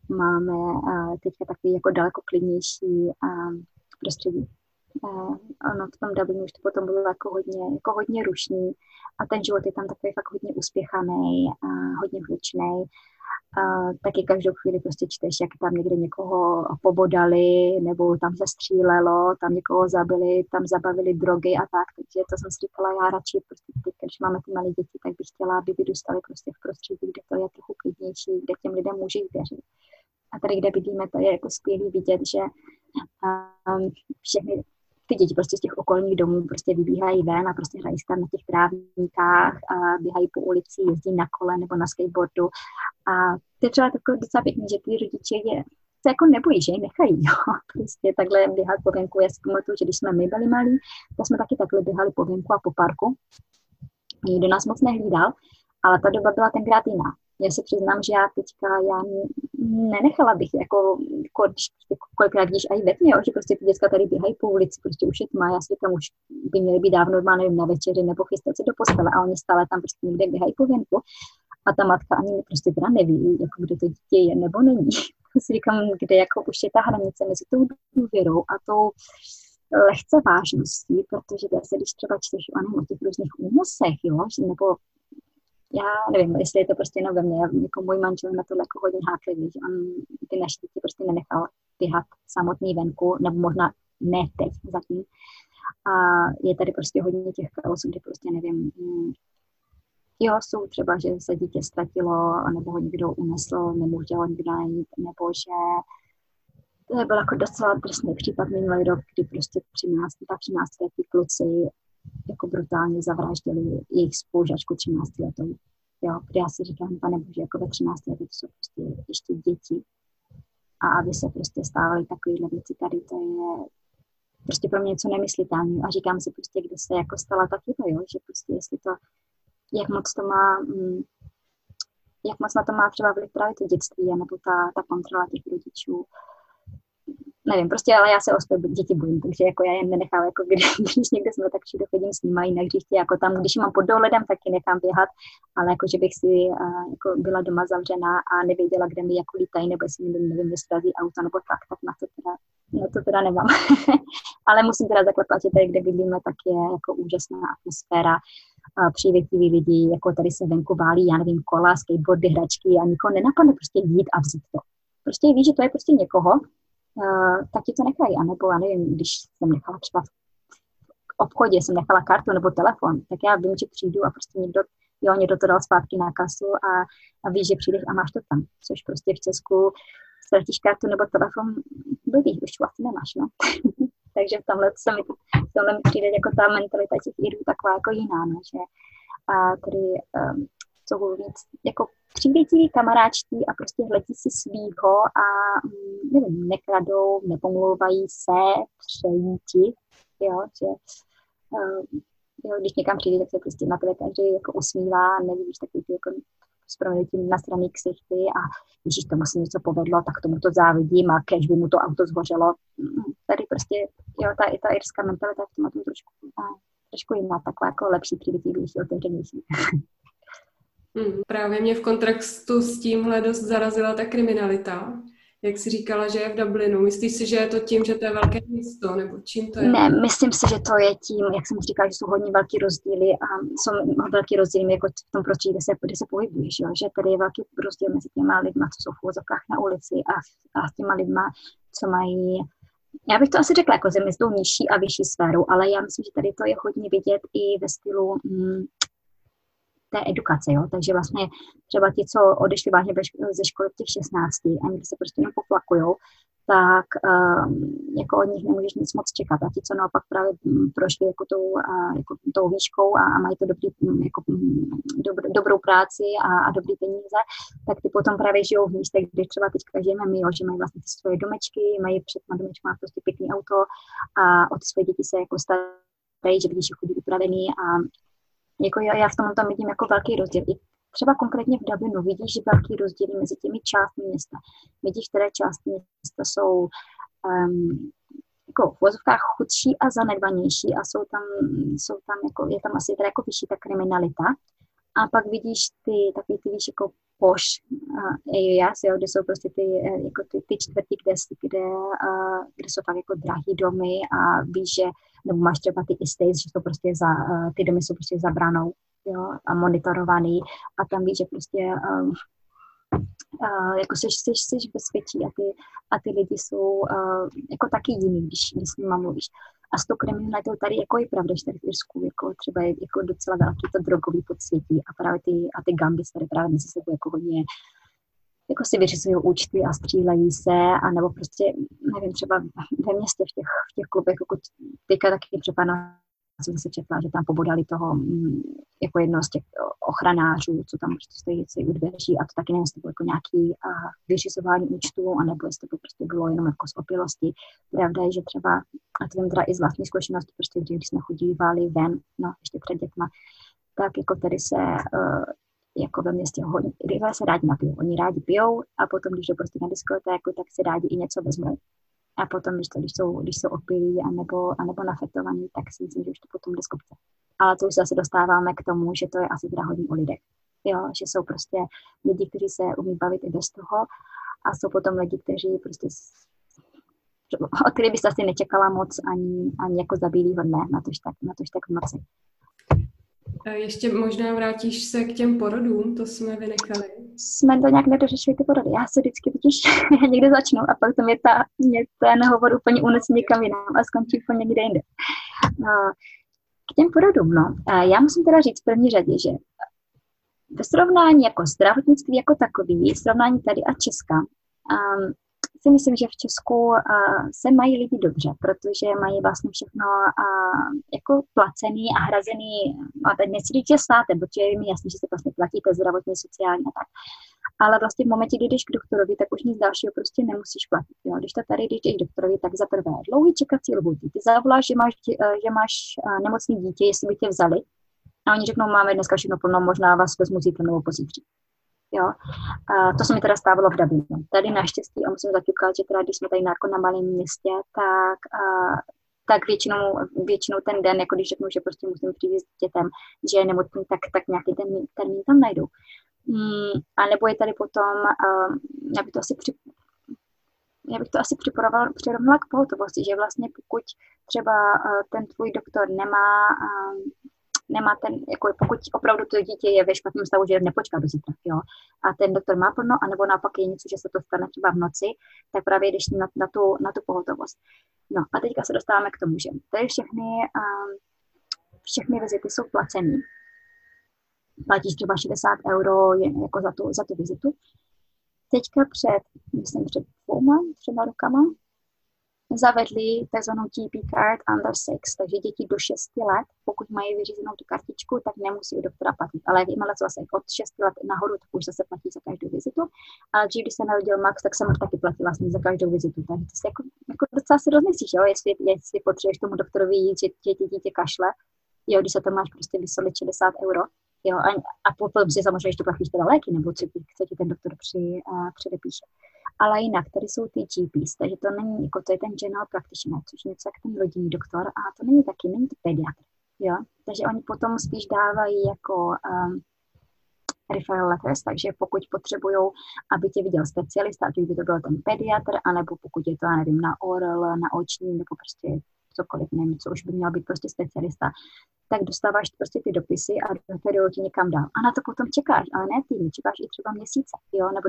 takový jako daleko klidnější prostředí. Ono v tom Dublinu už to potom bylo jako hodně rušný a ten život je tam takový fakt hodně uspěchaný a hodně hlučnej. Taky každou chvíli prostě čteš, jak tam někde někoho pobodali, nebo tam zastřílelo, tam někoho zabili, tam zabavili drogy a tak. Takže to jsem si říkala, já radši prostě teď, když máme ty malé děti, tak bych chtěla, aby vyrůstaly prostě v prostředí, kde to je trochu klidnější, kde těm lidem může věřit. A tady, kde bydlíme, to je jako skvělý vidět, že všechny ty děti prostě z těch okolních domů prostě vybíhají ven a prostě hrají tam na těch trávníkách a běhají po ulici, jezdí na kole nebo na skateboardu. A to je třeba takové docela pěkný, že ty rodiče se jako nebojí, že ji nechají, jo. Prostě takhle běhat po venku. Já si pamatuju, že když jsme my byli malí, tak jsme taky takhle běhali po venku a po parku. Nikdo nás moc nehlídal, ale ta doba byla tenkrát jiná. Já se přiznám, že já nenechala bych, kolikrát když i ve tmě, že prostě ty děcka tady běhají po ulici, prostě už je tma, já si tam už by měly být dávno doma, nevím, na večeři nebo chystat se do postele a oni stále tam prostě někde běhají po venku a ta matka ani prostě teda neví, jako kde to dítě je nebo není. Si říkám, kde jako už je ta hranice mezi tou důvěrou a tou lehce vážností, protože zase, když třeba čteš o těch různých únosech, jo, nebo já nevím, jestli je to prostě jenom ve mně, jako můj manžel na to jako hodně háklivý, že on ty naše děti prostě nenechal běhat samotný venku, nebo možná ne teď zatím. A je tady prostě hodně těch kauz, kdy prostě nevím, jsou třeba, že se dítě ztratilo, nebo ho někdo unesl, nemůže ho nikdo najít, nebo že to byl jako docela drsný případ minulý rok, kdy prostě 13letí kluci jako brutálně zavraždili jejich spolužačku 13 letou. Jo, kde já si říkám, pane bože, jako ve 13 letech to jsou prostě ještě děti. A aby se prostě stávaly takovýhle věci tady, to je prostě pro mě něco nemyslitelného. A říkám si prostě, kde se jako stala ta chyba, jo, že prostě jestli to, jak moc na to má třeba vliv právě to dětství, nebo ta kontrola těch rodičů. Nevím, prostě, ale já se o své děti bojím, takže jako já je nenechám, jako když někde jsme, tak všude chodím s nima, jinak hřiště, jako tam, když mám pod dohledem, tak ji nechám běhat, ale jako, že bych si jako byla doma zavřená a nevěděla, kde mi jako lítají, nebo jestli mi, nevím, vystrazí auto, nebo tak na to teda nemám. Ale musím teda zaklepat, že tady, kde bydlíme, tak je jako úžasná atmosféra, přívětiví lidi, jako tady se venku válí, já nevím, kola, skateboardy, hračky a nikoho nenapadne prostě jít a vzít to. Prostě víš, že to je prostě někoho, tak ti to nechají. A nebo já nevím, když jsem nechala třeba v obchodě, jsem nechala kartu nebo telefon, tak já vím, že přijdu a prostě někdo to dal zpátky na kasu a víš, že přijdeš a máš to tam. Což prostě v Česku ztratíš kartu nebo telefon, blbý, už to asi nemáš, no. Takže v tomhle mi přijde jako ta mentalita těch Irů taková jako jiná, no, že tady jsou víc jako přívětiví, kamaráčtí a prostě hledí si svýho a nevím, nekradou, nepomlouvají se, přejí ti, jo, že když někam přijde, tak se prostě na tebe každý jako usmívá, nevíš, takový ty jako zproměnitím na straně ksichty a když tomu se něco povedlo, tak tomu to závidím a kež by mu to auto zhořelo. Tady prostě, jo, ta irská mentalita je v tom trošku jiná, taková jako lepší, přívětivější, otevřenější. Právě mě v kontextu s tímhle dost zarazila ta kriminalita. Jak jsi říkala, že je v Dublinu. Myslíš si, že je to tím, že to je velké město, nebo čím to je? Ne, myslím si, že to je tím, jak jsem říkala, že jsou hodně velký rozdíly a jsou velký rozdíly jako v tom prostředí, kde se pohybuješ, jo? Že tady je velký rozdíl mezi těma lidma, co jsou v úvozovkách na ulici a těma lidma, co mají, já bych to asi řekla, jako země s tou nižší a vyšší sférou, ale já myslím, že tady to je hodně vidět i ve stylu té edukace, jo, takže vlastně třeba ti, co odešli vážně ze školy v těch 16 a někdy se prostě jenom poflakujou, tak jako od nich nemůžeš nic moc čekat. A ti, co naopak právě prošli jako tou výškou a mají to dobrou práci a dobrý peníze, tak ty potom právě žijou v místech, kde třeba teďka žijeme my, jo, že mají vlastně ty svoje domečky, mají před na domečku má prostě pěkný auto a o ty svoje děti se jako starají, že vidíš, že chodí upravený a jako já v tom tam vidím jako velký rozdíl. I třeba konkrétně v Dublinu vidíš velký rozdíl mezi těmi částmi města. Vidíš, které části města jsou jako v uvozovkách chudší a zanedbanější a jsou tam jako, je tam asi teda jako vyšší ta kriminalita. A pak vidíš takový ty víš jako poš areas, jo, kde jsou prostě jako ty čtvrti, kde jsou fakt jako drahý domy a víš, že, nebo máš třeba ty estates, že to prostě ty domy jsou prostě za branou, jo, a monitorovaný a tam víš, že prostě jako seš v bezpečí a ty lidi jsou jako taky jiný, když s nima mluvíš. A s tou kriminalitou tady jako je pravda, že tady v Irsku jako třeba je jako docela velký to drogový podsvětí a právě ty gangy tady právě mezi sebou jako hodně jako si vyřizují účty a střílejí se, anebo prostě, nevím, třeba ve městě v těch klubech, jako teďka taky přepadá, jsem se četla, že tam pobodali toho jako jednoho z těch ochranářů, co tam prostě stojí u dveří a to taky nevím, jestli to bylo jako nějaký vyřizování účtů, anebo jestli to prostě bylo jenom jako z opilosti. Pravda je, že třeba, a to vím teda i z vlastní zkušenosti, prostě když jsme chodívali ven, no ještě před dětma, tak jako tady se jako ve městě lidé se rádi napijou. Oni rádi pijou a potom, když jdou prostě na diskotéku, tak si rádi i něco vezmou. A potom, když jsou opilí anebo nafetovaní, tak si myslím, že už to potom jde z kopce. Ale to už zase dostáváme k tomu, že to je asi teda hodně o lidech. Jo, že jsou prostě lidi, kteří se umí bavit i bez toho a jsou potom lidi, kteří prostě od kterých byste asi nečekala moc ani jako za bílýho dne, natož tak v noci. Ještě možná vrátíš se k těm porodům, to jsme vynechali. Jsme to nějak nedořešili ty porody. Já se vždycky totiž někde začnu a pak to mě ten hovor úplně unesí někam jinam a skončí úplně někde jinde. K těm porodům, no. Já musím teda říct v první řadě, že ve srovnání jako zdravotnictví jako takový, srovnání tady a Česka, si myslím, že v Česku se mají lidi dobře, protože mají vlastně všechno jako placený a hrazený, a teď nechci říct, že státem, protože je mi jasný, že se vlastně platíte zdravotní, sociální a tak. Ale vlastně v momentě, kdy jdeš k doktorovi, tak už nic dalšího prostě nemusíš platit. Jo. Když jdeš k doktorovi, tak za prvé dlouhý čekací lhůty. Ty zavoláš, že máš nemocný dítě, jestli by tě vzali, a oni řeknou, máme dneska všechno plno, možná vás vezmu zítra nebo pozítří. Jo. To se mi teda stávalo v Dublinu. Tady naštěstí, a musím zaťukat, že teda, když jsme tady na malém městě, tak většinou ten den, jako když řeknu, že prostě musím přijít s dětem, že je nemocný, tak nějaký termín tam najdu. A nebo je tady potom, já bych to asi přirovnala k pohotovosti, že vlastně pokud třeba ten tvůj doktor nemá ten, jako pokud opravdu to dítě je ve špatném stavu, že nepočká do zítra, jo. A ten doktor má plno, anebo naopak je něco, že se to stane třeba v noci, tak právě jdeš na tu pohotovost. No a teďka se dostáváme k tomu, že tady všechny vizity jsou placený. Platíš třeba 60 € jako za tu vizitu. Teďka před 2 rokama zavedli tzv. GP card under 6, takže děti do 6 let, pokud mají vyřízenou tu kartičku, tak nemusí u doktora platit. Ale jakmile jsou vlastně od 6 let nahoru, tak už zase platí za každou vizitu. Ale když se narodil Max, tak jsem taky platila vlastně za každou vizitu. Takže to si jako docela si rozmyslíš, jo? Jestli potřebuješ tomu doktorovi jít, že tě dítě kašle, jo, když se tam máš prostě vysolit 60 €. Jo, a potom si samozřejmě ještě platíš teda léky, nebo co ti ten doktor předepíše. Ale jinak, tady jsou ty GPs, takže to není, jako to je ten general practitioner, což je něco jak ten rodinný doktor, a to není to pediatr, jo. Takže oni potom spíš dávají jako referral letters, takže pokud potřebují, aby tě viděl specialista, ať by to byl ten pediatr, anebo pokud je to, já nevím, na oral, na oční, nebo prostě cokoliv, nevím, co už by měl být prostě specialista, tak dostáváš prostě ty dopisy a referují ti někam dál. A na to potom čekáš, ale ne týdny, čekáš i třeba měsíce, jo, nebo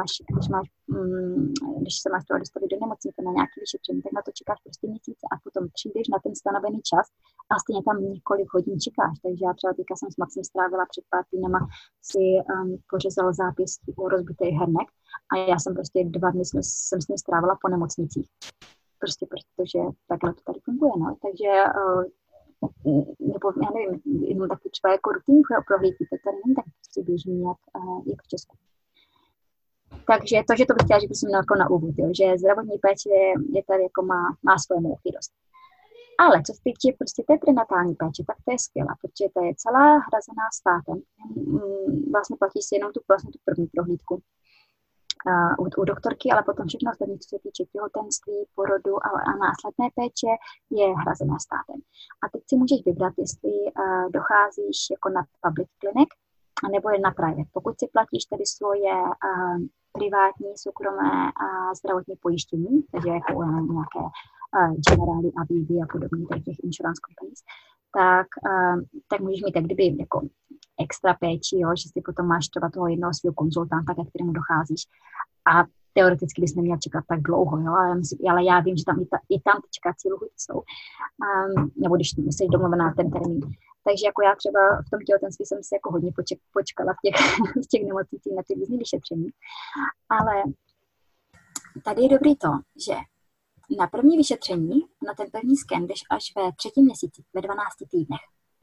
když se máš toho dostavit do nemocnice na nějaký vyšetření, tak na to čekáš prostě měsíce a potom přijdeš na ten stanovený čas a stejně tam několik hodin čekáš. Takže já třeba teďka jsem s Maxem strávila před pár týdnama, si pořezal zápěstí o rozbitý hernek a já jsem prostě 2 dny jsem s ním strávila po nemocnicích. Prostě protože takhle to tady funguje, no. Takže nebo já nevím, jenom taky třeba jako rutinní prohlídky, to tady není tak prostě běžný, jak v Česku. Takže to, že to bych chtěla říct prostě jako na úvod, jo, že zdravotní péče je tady jako má svoje mouchy dost. Ale co se týče prostě té prenatální péče, tak to je skvělá, protože to je celá hrazená státem. Vlastně platí si jenom tu první prohlídku. u doktorky, ale potom všechno ostatní, co se týče těhotenství, porodu a následné péče, je hrazené státem. A teď si můžeš vybrat, jestli docházíš jako na public clinic, nebo je na private. Pokud si platíš tedy svoje privátní, soukromé zdravotní pojištění, takže jako nějaké Generali a Vivi a podobně těch insurance companies, tak můžeš mít tak kdyby jako extra péči, jo, že si potom máš třeba toho jednoho svého konzultanta, ke kterému docházíš. A teoreticky bys neměl čekat tak dlouho, jo, ale já vím, že tam i tam ty čekací lhůty jsou. Nebo když jsi domluvená ten termín. Takže jako já třeba v tom těhotenství jsem si jako hodně počkala v těch nemocnicích na ty různé vyšetření. Ale tady je dobrý to, že na první vyšetření, na ten první sken jdeš až ve 3. měsíci, ve 12 týdnech.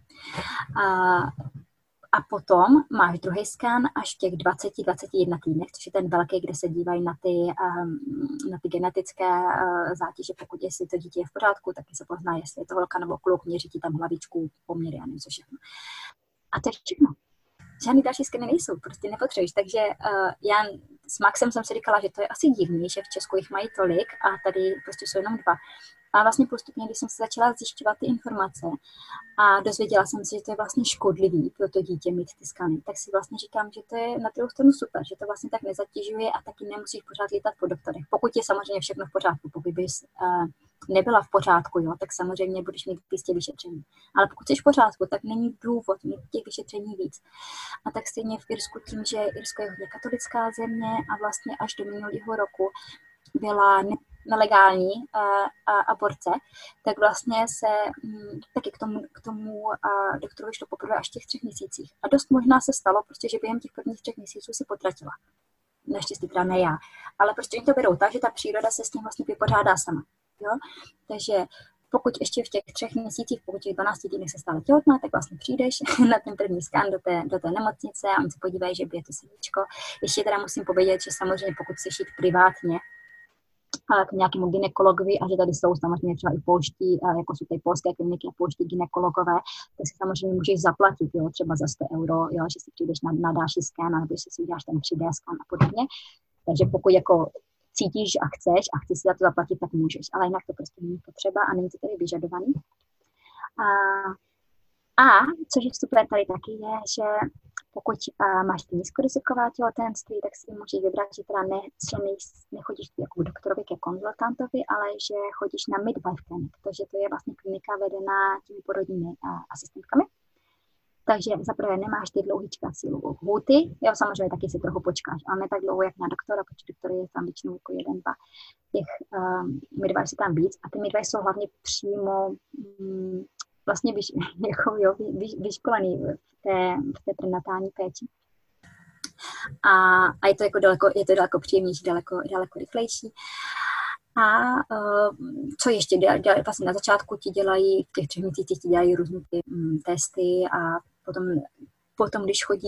A potom máš druhý skan až v těch 20-21 týdnech, což je ten velký, kde se dívají na ty genetické zátěže, pokud jestli to dítě je v pořádku, taky se pozná, jestli je to holka nebo kluk, měří ti tam hlavičku, poměry a něco všechno. A to je všechno. Žádný další skeny nejsou, prostě nepotřebuješ. Takže já s Maxem jsem si říkala, že to je asi divný, že v Česku jich mají tolik a tady prostě jsou jenom 2. A vlastně postupně, když jsem se začala zjišťovat ty informace a dozvěděla jsem se, že to je vlastně škodlivý pro to dítě mít ty skany, tak si vlastně říkám, že to je na druhou stranu super, že to vlastně tak nezatěžuje a taky nemusíš pořád lítat po doktorech. Pokud je samozřejmě všechno v pořádku, pokud bys nebyla v pořádku, jo, tak samozřejmě budeš mít 200 vyšetření. Ale pokud jsi v pořádku, tak není důvod mít těch vyšetření víc. A tak stejně v Irsku tím, že Irsko je hodně katolická země a vlastně až do minulého roku byla nelegální aborce, tak vlastně se taky k tomu doktorovi šlo poprvé až v těch 3 měsících. A dost možná se stalo, prostě, že během těch prvních 3 měsíců si potratila. Naštěstí teda ne já. Ale prostě oni to berou tak, že ta příroda se s tím vlastně vypořádá sama. Jo? Takže pokud ještě v těch 3 měsících, pokud těch 12 týdnech se stále těhotná, tak vlastně přijdeš na ten první skan do té nemocnice a oni se podívají, že bije to srdíčko. Ještě teda musím povědět, že samozřejmě pokud chceš jít privátně k nějakému gynekologovi a že tady jsou samozřejmě třeba i polští, jako jsou tady polské kliniky a polští gynekologové, tak si samozřejmě můžeš zaplatit, jo, třeba za 100 euro, jo, že si přijdeš na další skan, nebo že si uděláš ten 3D skan a podobně. Takže pokud jako cítíš a chceš a chceš si za to zaplatit, tak můžeš, ale jinak to prostě není potřeba a není to tady vyžadovaný. A což je super tady taky je, že pokud máš ty nízkoriziková těhotenství, tak si můžeš vybrat, že teda nechodíš jako k doktorovi ke konzultantovi, ale že chodíš na midwife clinic, takže to je vlastně klinika vedená těmi porodními asistentkami. Takže zaprvé nemáš ty dlouhý čekací lhůty, jo, samozřejmě taky si trochu počkáš, ale ne tak dlouho, jak na doktora, protože doktor je tam většinou jako 1-2. Těch midwives je tam víc a ty midwives jsou hlavně přímo vlastně vyškolený v té prenatální péči. A je to jako daleko příjemnější, daleko rychlejší. A co ještě dělají, vlastně na začátku ti dělají, v těch 3 měsících ti dělají různé ty testy a potom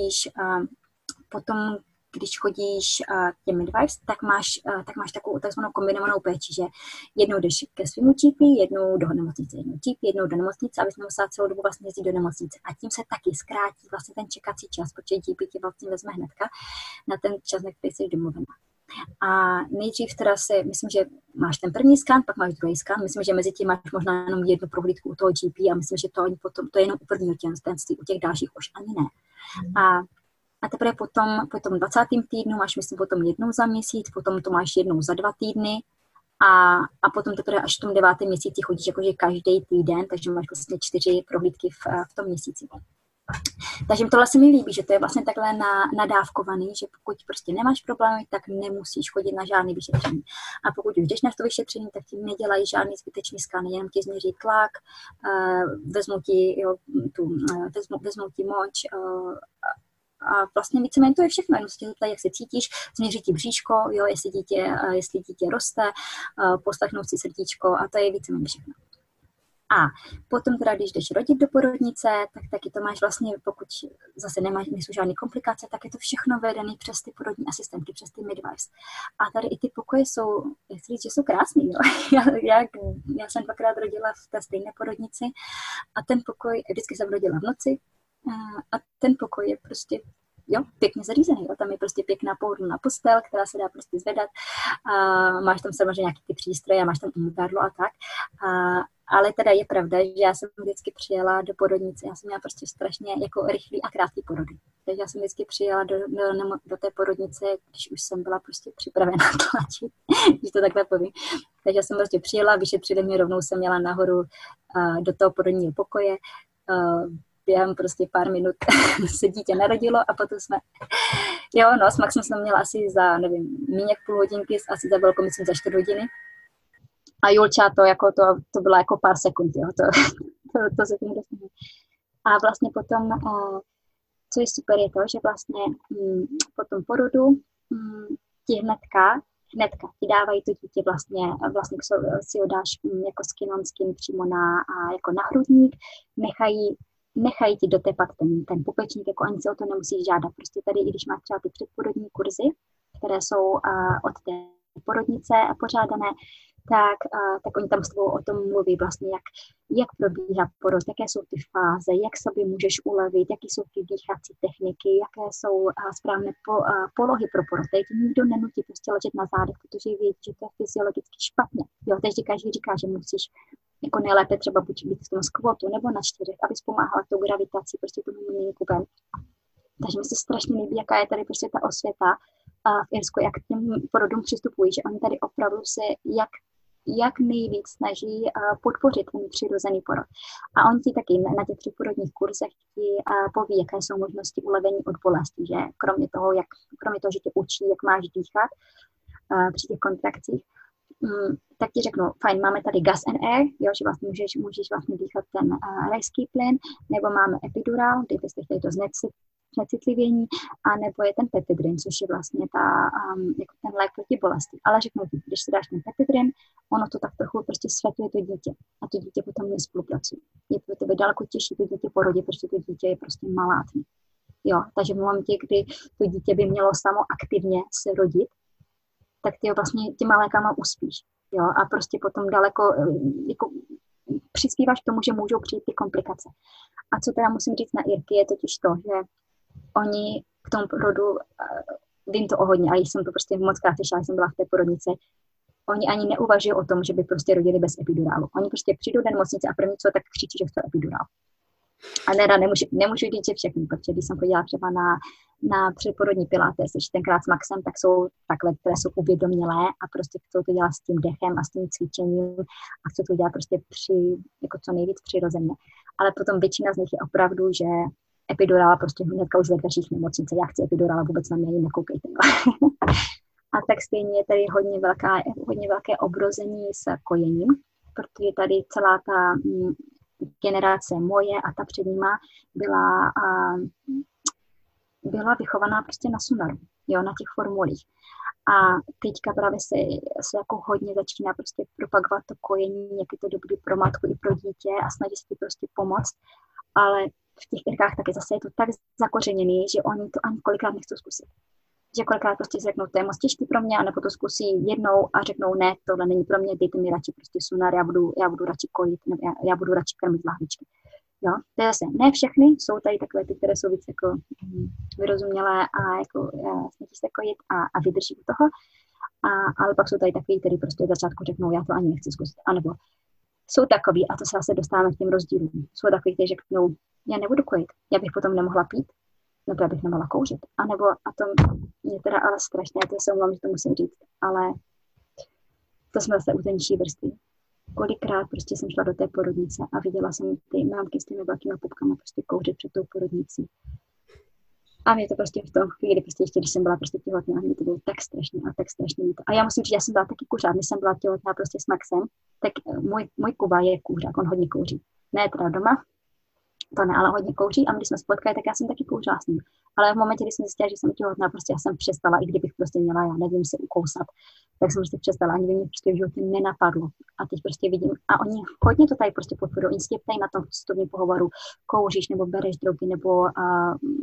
když chodíš těm midwives, tak máš takovou takzvanou kombinovanou péči, že jednou jdeš ke svému GP, jednou do nemocnice, jednou do nemocnice, abys nemusela celou dobu vlastně jezdit do nemocnice. A tím se taky zkrátí vlastně ten čekací čas, protože GP ti vlastně vezme hnedka na ten čas, na který jsi domluvená. A nejdřív teda myslím, že máš ten první skan, pak máš druhý skan, myslím, že mezi tím máš možná jenom jednu prohlídku u toho GP a myslím, že to je jenom u prvního těhotenství, u těch dalších už ani ne. A teprve po tom 20. týdnu máš, myslím, potom jednou za měsíc, potom to máš jednou za 2 týdny a potom teprve až v tom 9. měsíci chodíš jakože každý týden, takže máš vlastně 4 prohlídky v tom měsíci. Takže tohle se mi líbí, že to je vlastně takhle nadávkovaný, že pokud prostě nemáš problémy, tak nemusíš chodit na žádný vyšetření. A pokud už jdeš na to vyšetření, tak ti nedělají žádný zbytečný skan, jenom ti změří tlak, vezmou ti moč, a vlastně víceméně to je všechno, jenom se tě zeptají, jak se cítíš, změří ti bříško, jo, jestli dítě roste, poslechnou si srdíčko a to je víceméně všechno. A potom teda, když jdeš rodit do porodnice, tak taky to máš vlastně, pokud zase nejsou žádné komplikace, tak je to všechno vedené přes ty porodní asistentky, přes ty midwives. A tady i ty pokoje jsou, jak říct, že jsou krásný, jo. Já jsem 2krát rodila v té stejné porodnici a ten pokoj, vždycky jsem rodila v noci a ten pokoj je prostě jo, pěkně zařízený, jo. Tam je prostě pěkná pohodlná postel, která se dá prostě zvedat. A máš tam samozřejmě nějaký ty přístroje, máš tam umyvadlo a tak. Ale teda je pravda, že já jsem vždycky přijela do porodnice, já jsem měla prostě strašně jako rychlý a krátký porody. Takže já jsem vždycky přijela do té porodnice, když už jsem byla prostě připravená tlačit, když to takhle povím. Takže já jsem prostě přijela, vyšetřili mě, rovnou jsem měla nahoru do toho porodního pokoje. Během prostě pár minut se dítě narodilo a potom jsme, jo, no, s Maxem jsem měla asi za, nevím, méně jak půl hodinky, asi za velkou, myslím, za 4 hodiny. A Julča to bylo jako pár sekund, jo, to se tím dostane. A vlastně potom, co je super, je to, že vlastně po tom porodu ti hnedka ti dávají to dítě vlastně si ho dáš jako s kinonským přímo jako na hrudník, nechají ti dotepat ten pupečník, jako ani se o to nemusíš žádat. Prostě tady, i když máš třeba ty předporodní kurzy, které jsou od té porodnice pořádané, tak oni tam s tebou o tom mluví vlastně, jak probíhá porod, jaké jsou ty fáze, jak sobě můžeš ulevit, jaké jsou ty dýchací techniky, jaké jsou správné polohy pro porod. Teď nikdo nenutí prostě ležet na zádech, protože vědí, že to je fyziologicky špatně. Jo, teď každý říká, že musíš jako nejlépe třeba buď být v tom skvotu nebo na 4, abys pomáhala tou gravitací prostě tomu miminku ven. Takže mi se strašně líbí, jaká je tady prostě ta osvěta v Irsku, jak k těm porodům přistupují, že oni tady opravdu se jak nejvíc snaží podpořit ten přirozený porod. A on ti taky na těch předporodních kurzech ti poví, jaké jsou možnosti ulevení od bolesti, že kromě toho, že tě učí, jak máš dýchat při těch kontrakcích, tak ti řeknu, fajn, máme tady gas and air, jo, že vlastně můžeš vlastně dýchat ten rajský plyn, nebo máme epidural, dejte si to znecitlivění, a nebo je ten petidrin, což je vlastně jako ten lék proti bolesti. Ale řeknu ti, když si dáš ten petidrin, ono to tak trochu prostě světluje to dítě a to dítě potom nespolupracuje. Je pro tebe daleko těžší to dítě porodit, protože to dítě je prostě malátný. Jo, takže v momentě, kdy to dítě by mělo samo aktivně se rodit, tak ty ho vlastně těma lékama uspíš. Jo, a prostě potom daleko jako přispíváš k tomu, že můžou přijít ty komplikace. A co teda musím říct na Irky, je totiž to, že oni k tomu porodu, vím to o hodně, a jsem to prostě moc krát slyšela, jsem byla v té porodnici, oni ani neuvažují o tom, že by prostě rodili bez epidurálu. Oni prostě přijdou do nemocnice a první co, tak křičí, že chce epidurál. A nemůžu říct, že všechny, protože když jsem chodila třeba na předporodní pilates, ještě tenkrát s Maxem, tak jsou takové, které jsou uvědomělé a prostě chcou to dělat s tím dechem a s tím cvičením a chcou to dělat prostě jako co nejvíc přirozeně. Ale potom většina z nich je opravdu, že epidurála prostě hnedka už ve dveřích nemocnice, já chci epidurála, vůbec na mě ani nekoukejte. A tak stejně je tady hodně velké obrození s kojením, protože tady celá ta generace moje a ta před nima byla vychovaná prostě na Sunaru, jo, na těch formulích. A teďka právě se jako hodně začíná prostě propagovat to kojení, jak je to dobrý pro matku i pro dítě a snaží se ti prostě pomoct, ale v těch Irkách taky zase je to tak zakořeněný, že oni to ani kolikrát nechcou zkusit. Že kolikrát prostě si řeknou, to je moc těžký pro mě, anebo to zkusí jednou a řeknou, ne, tohle není pro mě, dejte mi radši prostě Sunar, já budu radši kojit, nebo já budu radši krmit lahvičky. Jo, to je zase, ne všechny, jsou tady takové ty, které jsou víc jako vyrozumělé a jako snaží se kojit a vydrží u toho, ale pak jsou tady takový, který prostě od začátku řeknou, já to ani nechci zkusit, anebo jsou takový, a to se zase dostáváme k těm rozdílům, jsou takový, kteří řeknou, já nebudu kojit, já bych potom nemohla pít, nebo já bych nemohla kouřit. A to je teda ale strašné, to se omlouvám, že to musím říct, ale to jsme zase u té nižší vrstvy. Kolikrát prostě jsem šla do té porodnice a viděla jsem ty mámky s těmi velkými pupkami prostě kouřit před tou porodnicí. A mě to prostě v tom chvíli, prostě ještě když jsem byla prostě těhotná, mě to bylo tak strašně a tak strašně. A já musím říct, já jsem byla taky kuřák, když jsem byla těhotná prostě s Maxem, tak můj Kuba je kuřák, on hodně kouří. Ne teda doma, to ne, ale hodně kouří a když jsme spotkali, tak já jsem taky kouřila s ním. Ale v momentě, kdy jsem zjistila, že jsem těhotná, prostě já jsem přestala, i kdybych prostě měla, já nevím, se ukousat, tak jsem prostě přestala, ani by mě prostě v životě nenapadlo. A teď prostě vidím, a oni hodně to tady prostě podporují, oni se ptají na tom vstupním pohovoru, kouříš nebo bereš drogy, nebo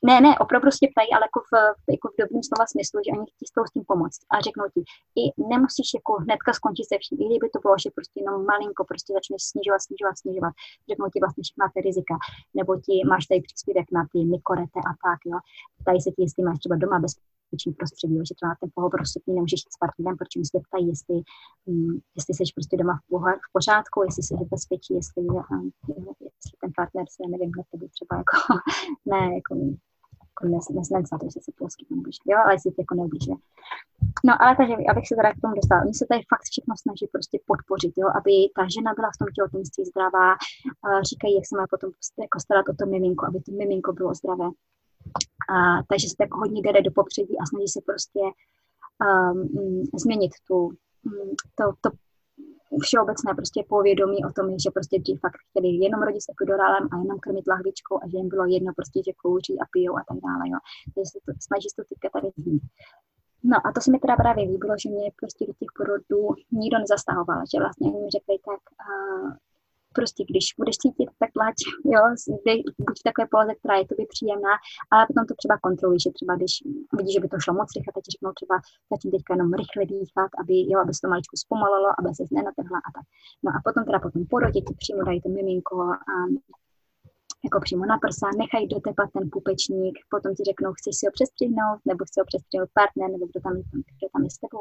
Ne, opravdu prostě ptají, ale jako v dobrým slova smyslu, že oni chtějí s tím pomoct a řeknou ti, i nemusíš jako hnedka skončit se vším, i kdyby to bylo, že prostě jenom malinko prostě začneš snižovat, řeknou ti vlastně všechna ty rizika, nebo ti máš tady příspěvek na ty nikorete a tak, jo. Ptají se ti, jestli máš třeba doma bezpečný prostředí, že třeba na ten pohovor osobní nemůžeš jít s partnerem, protože se ptají, jestli jsi prostě doma v pořádku, jestli jsi v bezpečí, jestli ten partner se, nevím, na tebe třeba jako, ne, jako nesnad to, že se polsky neublíží, jo, ale jestli to jako neublíží. No, ale takže, abych se teda k tomu dostala, oni se tady fakt všechno snaží prostě podpořit, jo, aby ta žena byla v tom těhotenství zdravá, říkají, jak se má potom jako starat o to miminko, aby to miminko bylo zdravé. Takže se tak hodně jde do popředí a snaží se prostě změnit to všeobecné prostě povědomí o tom, že prostě dřív fakt chtěli jenom rodit s epidurálem a jenom krmit lahvičkou a že jim bylo jedno prostě, že kouří a pijou a tak dále, jo. Takže se snaží to teďka tady změnit. No a to se mi teda právě líbilo, že mě prostě do těch porodů nikdo nezastahoval, že vlastně mi řekli tak, prostě když budeš cítit, tak tlač, jo, buď v takové poloze, která je tobě příjemná, ale potom to třeba kontroluj, že třeba když vidíš, že by to šlo moc rychle, tak ti řeknou třeba začít teďka jenom rychle dýchat, aby se to maličku zpomalilo, aby se nenatrhla a tak. No a potom porodě ti přímo dají to miminko a jako přímo na prsa, nechají dotepat ten pupečník, potom ti řeknou, chceš si ho přestřihnout, nebo chce ho přestřihnout partner, nebo kdo tam je s tebou.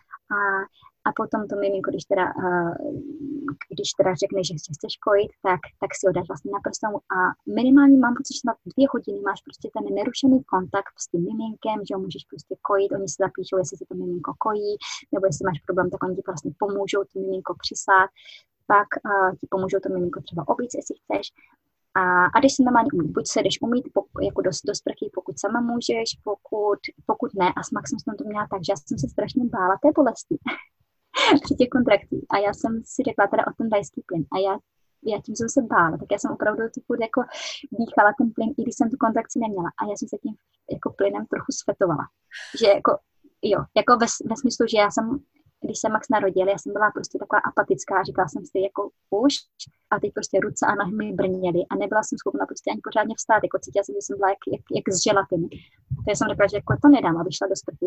A potom to miminko, když teda řekne, že chceš kojit, tak si ho dáš vlastně na prsou a minimálně mám pocit, že na 2 hodiny máš prostě ten nerušený kontakt s tím miminkem, že ho můžeš prostě kojit, oni si zapíšou, jestli se to miminko kojí, nebo jestli máš problém, tak oni ti vlastně pomůžou to miminko přisát, pak ti pomůžou to miminko třeba oblíct, jestli chceš. A když se normálně umít, buď se jdeš umít jako do sprchy, pokud sama můžeš, pokud ne, a s Maxem jsem to měla tak, že já jsem se strašně bála té bolesti při těch kontrakcích a já jsem si řekla teda o ten dajský plyn a já tím jsem se bála, tak já jsem opravdu jako dýchala ten plyn, i když jsem tu kontrakci neměla a já jsem se tím jako plynem trochu svetovala, že jako ve smyslu, že já jsem, když se Max narodil, já jsem byla prostě taková apatická, říkala jsem si jako už a teď prostě ruce a nohy mi brněly a nebyla jsem schopna prostě ani pořádně vstát, jako cítila jsem, že jsem byla jak z želatiny. Takže jsem řekla, že jako to nedám, aby šla do sprchy.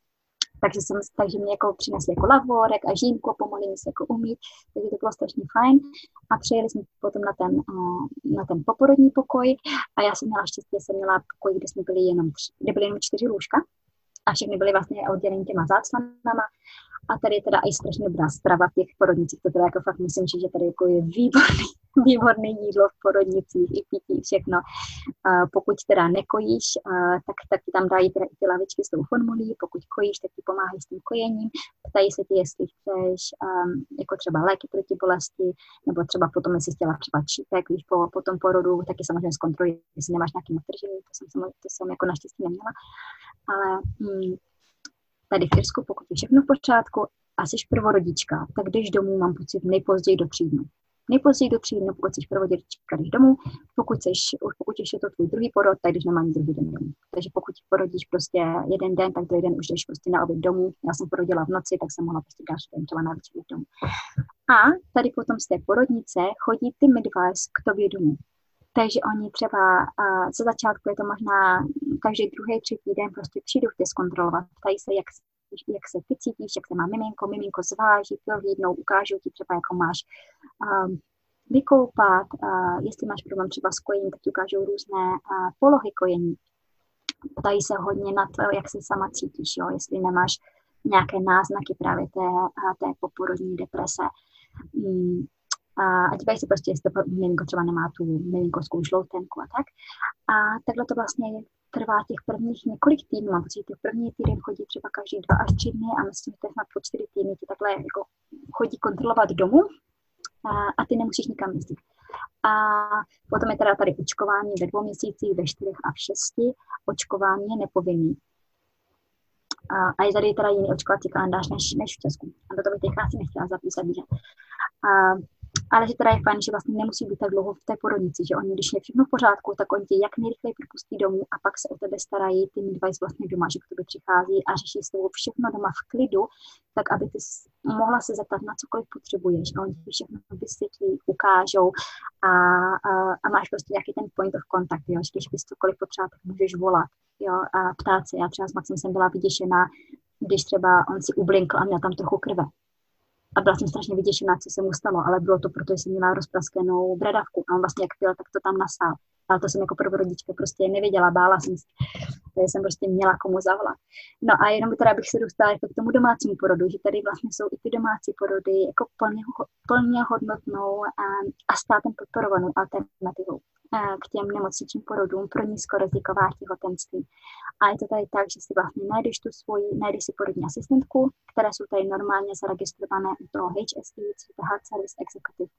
Takže mě jako přinesli jako lavorek a žínku, pomohli mi se jako umýt, takže to bylo strašně fajn a přijeli jsme potom na ten poporodní pokoj a já jsem měla štěstí, že jsem měla pokoj, kde byly jenom 4 lůžka a všechny byly vlastně odděleny těma záclanama. A tady je teda i strašně dobrá strava v těch porodnicích, to teda jako fakt myslím, že tady jako je výborný jídlo v porodnicích, i pití, všechno. Pokud teda nekojíš, tak ti tam dají teda i ty lavičky s tou formulí, pokud kojíš, tak ti pomáhají s tím kojením, ptají se ti, jestli chceš jako třeba léky proti bolesti, nebo třeba potom, jestli chtěla třeba čípek, když po tom porodu, taky samozřejmě zkontrolují, jestli nemáš nějaký natržení, to jsem jako naštěstí neměla, ale tady v Irsku, pokud je všechno v pořádku a jsi prvorodička, tak jdeš domů, mám pocit, nejpozději do 3 dnů. Nejpozději do 3 dnů, pokud jsi prvorodička, jdeš domů, pokud ještě to tvůj druhý porod, tak jdeš normálně druhý den domů. Takže pokud porodíš prostě jeden den, tak druhý den už jdeš prostě na oběd domů. Já jsem porodila v noci, tak jsem mohla prostě další den třeba na večer domů. A tady potom z té porodnice chodí ty midwives k tobě domů. Takže oni třeba za začátku je to možná každý druhý, 3 den prostě přijdou tě zkontrolovat, ptají se, jak se ty cítíš, jak se má miminko zváží, prohlídnou, ukážou ti třeba, jako máš vykoupat, jestli máš problém třeba s kojením, tak ti ukážou různé polohy kojení. Ptají se hodně na to, jak se sama cítíš, jo? Jestli nemáš nějaké náznaky právě té poporodní deprese. A dívají se prostě, jestli to miminko třeba nemá tu miminkovskou žloutenku a tak. A takhle to vlastně trvá těch prvních několik týdnů. Mám pocit, že těch první týden chodí třeba každý 2 až 3 dny a myslím, že to je snad po 4 týdny ti takhle jako chodí kontrolovat domů a ty nemusíš nikam jezdit. A potom je teda tady očkování ve 2 měsících, ve 4 a v 6. Očkování je nepovinný. A je tady teda jiný očkovací kalendář než v Česku. A to bych teďka asi nechtěla zapísat, že? Ale že teda je fajn, že vlastně nemusí být tak dlouho v té porodnici, že oni, když je všechno v pořádku, tak oni tě jak nejrychleji propustí domů a pak se o tebe starají ty midwives vlastně doma, že k tobě přichází a řeší s tebou všechno doma v klidu, tak aby ty mohla se zeptat na cokoliv potřebuješ a oni ti všechno vysvětlí, ukážou a máš prostě nějaký ten point of contact, jo, že když bys cokoliv potřeboval, tak můžeš volat, jo, a ptát se. Já třeba s Maxem jsem byla vyděšená, když třeba on si ublinkl a měl tam trochu krve. A byla jsem strašně vyděšená, co se mu stalo, ale bylo to proto, že jsem měla rozpraskenou bradavku a on vlastně jak pil, tak to tam nasál. Ale to jsem jako prvorodička prostě nevěděla, bála jsem se, takže jsem prostě měla komu zavolat. No a jenom teda bych se dostala jako k tomu domácímu porodu, že tady vlastně jsou i ty domácí porody jako plně hodnotnou a státem podporovanou alternativou k těm nemocničním porodům pro nízkoriziková těhotenství. A je to tady tak, že si vlastně najdeš si porodní asistentku, které jsou tady normálně zaregistrované u toho HSE, Health Service Executive.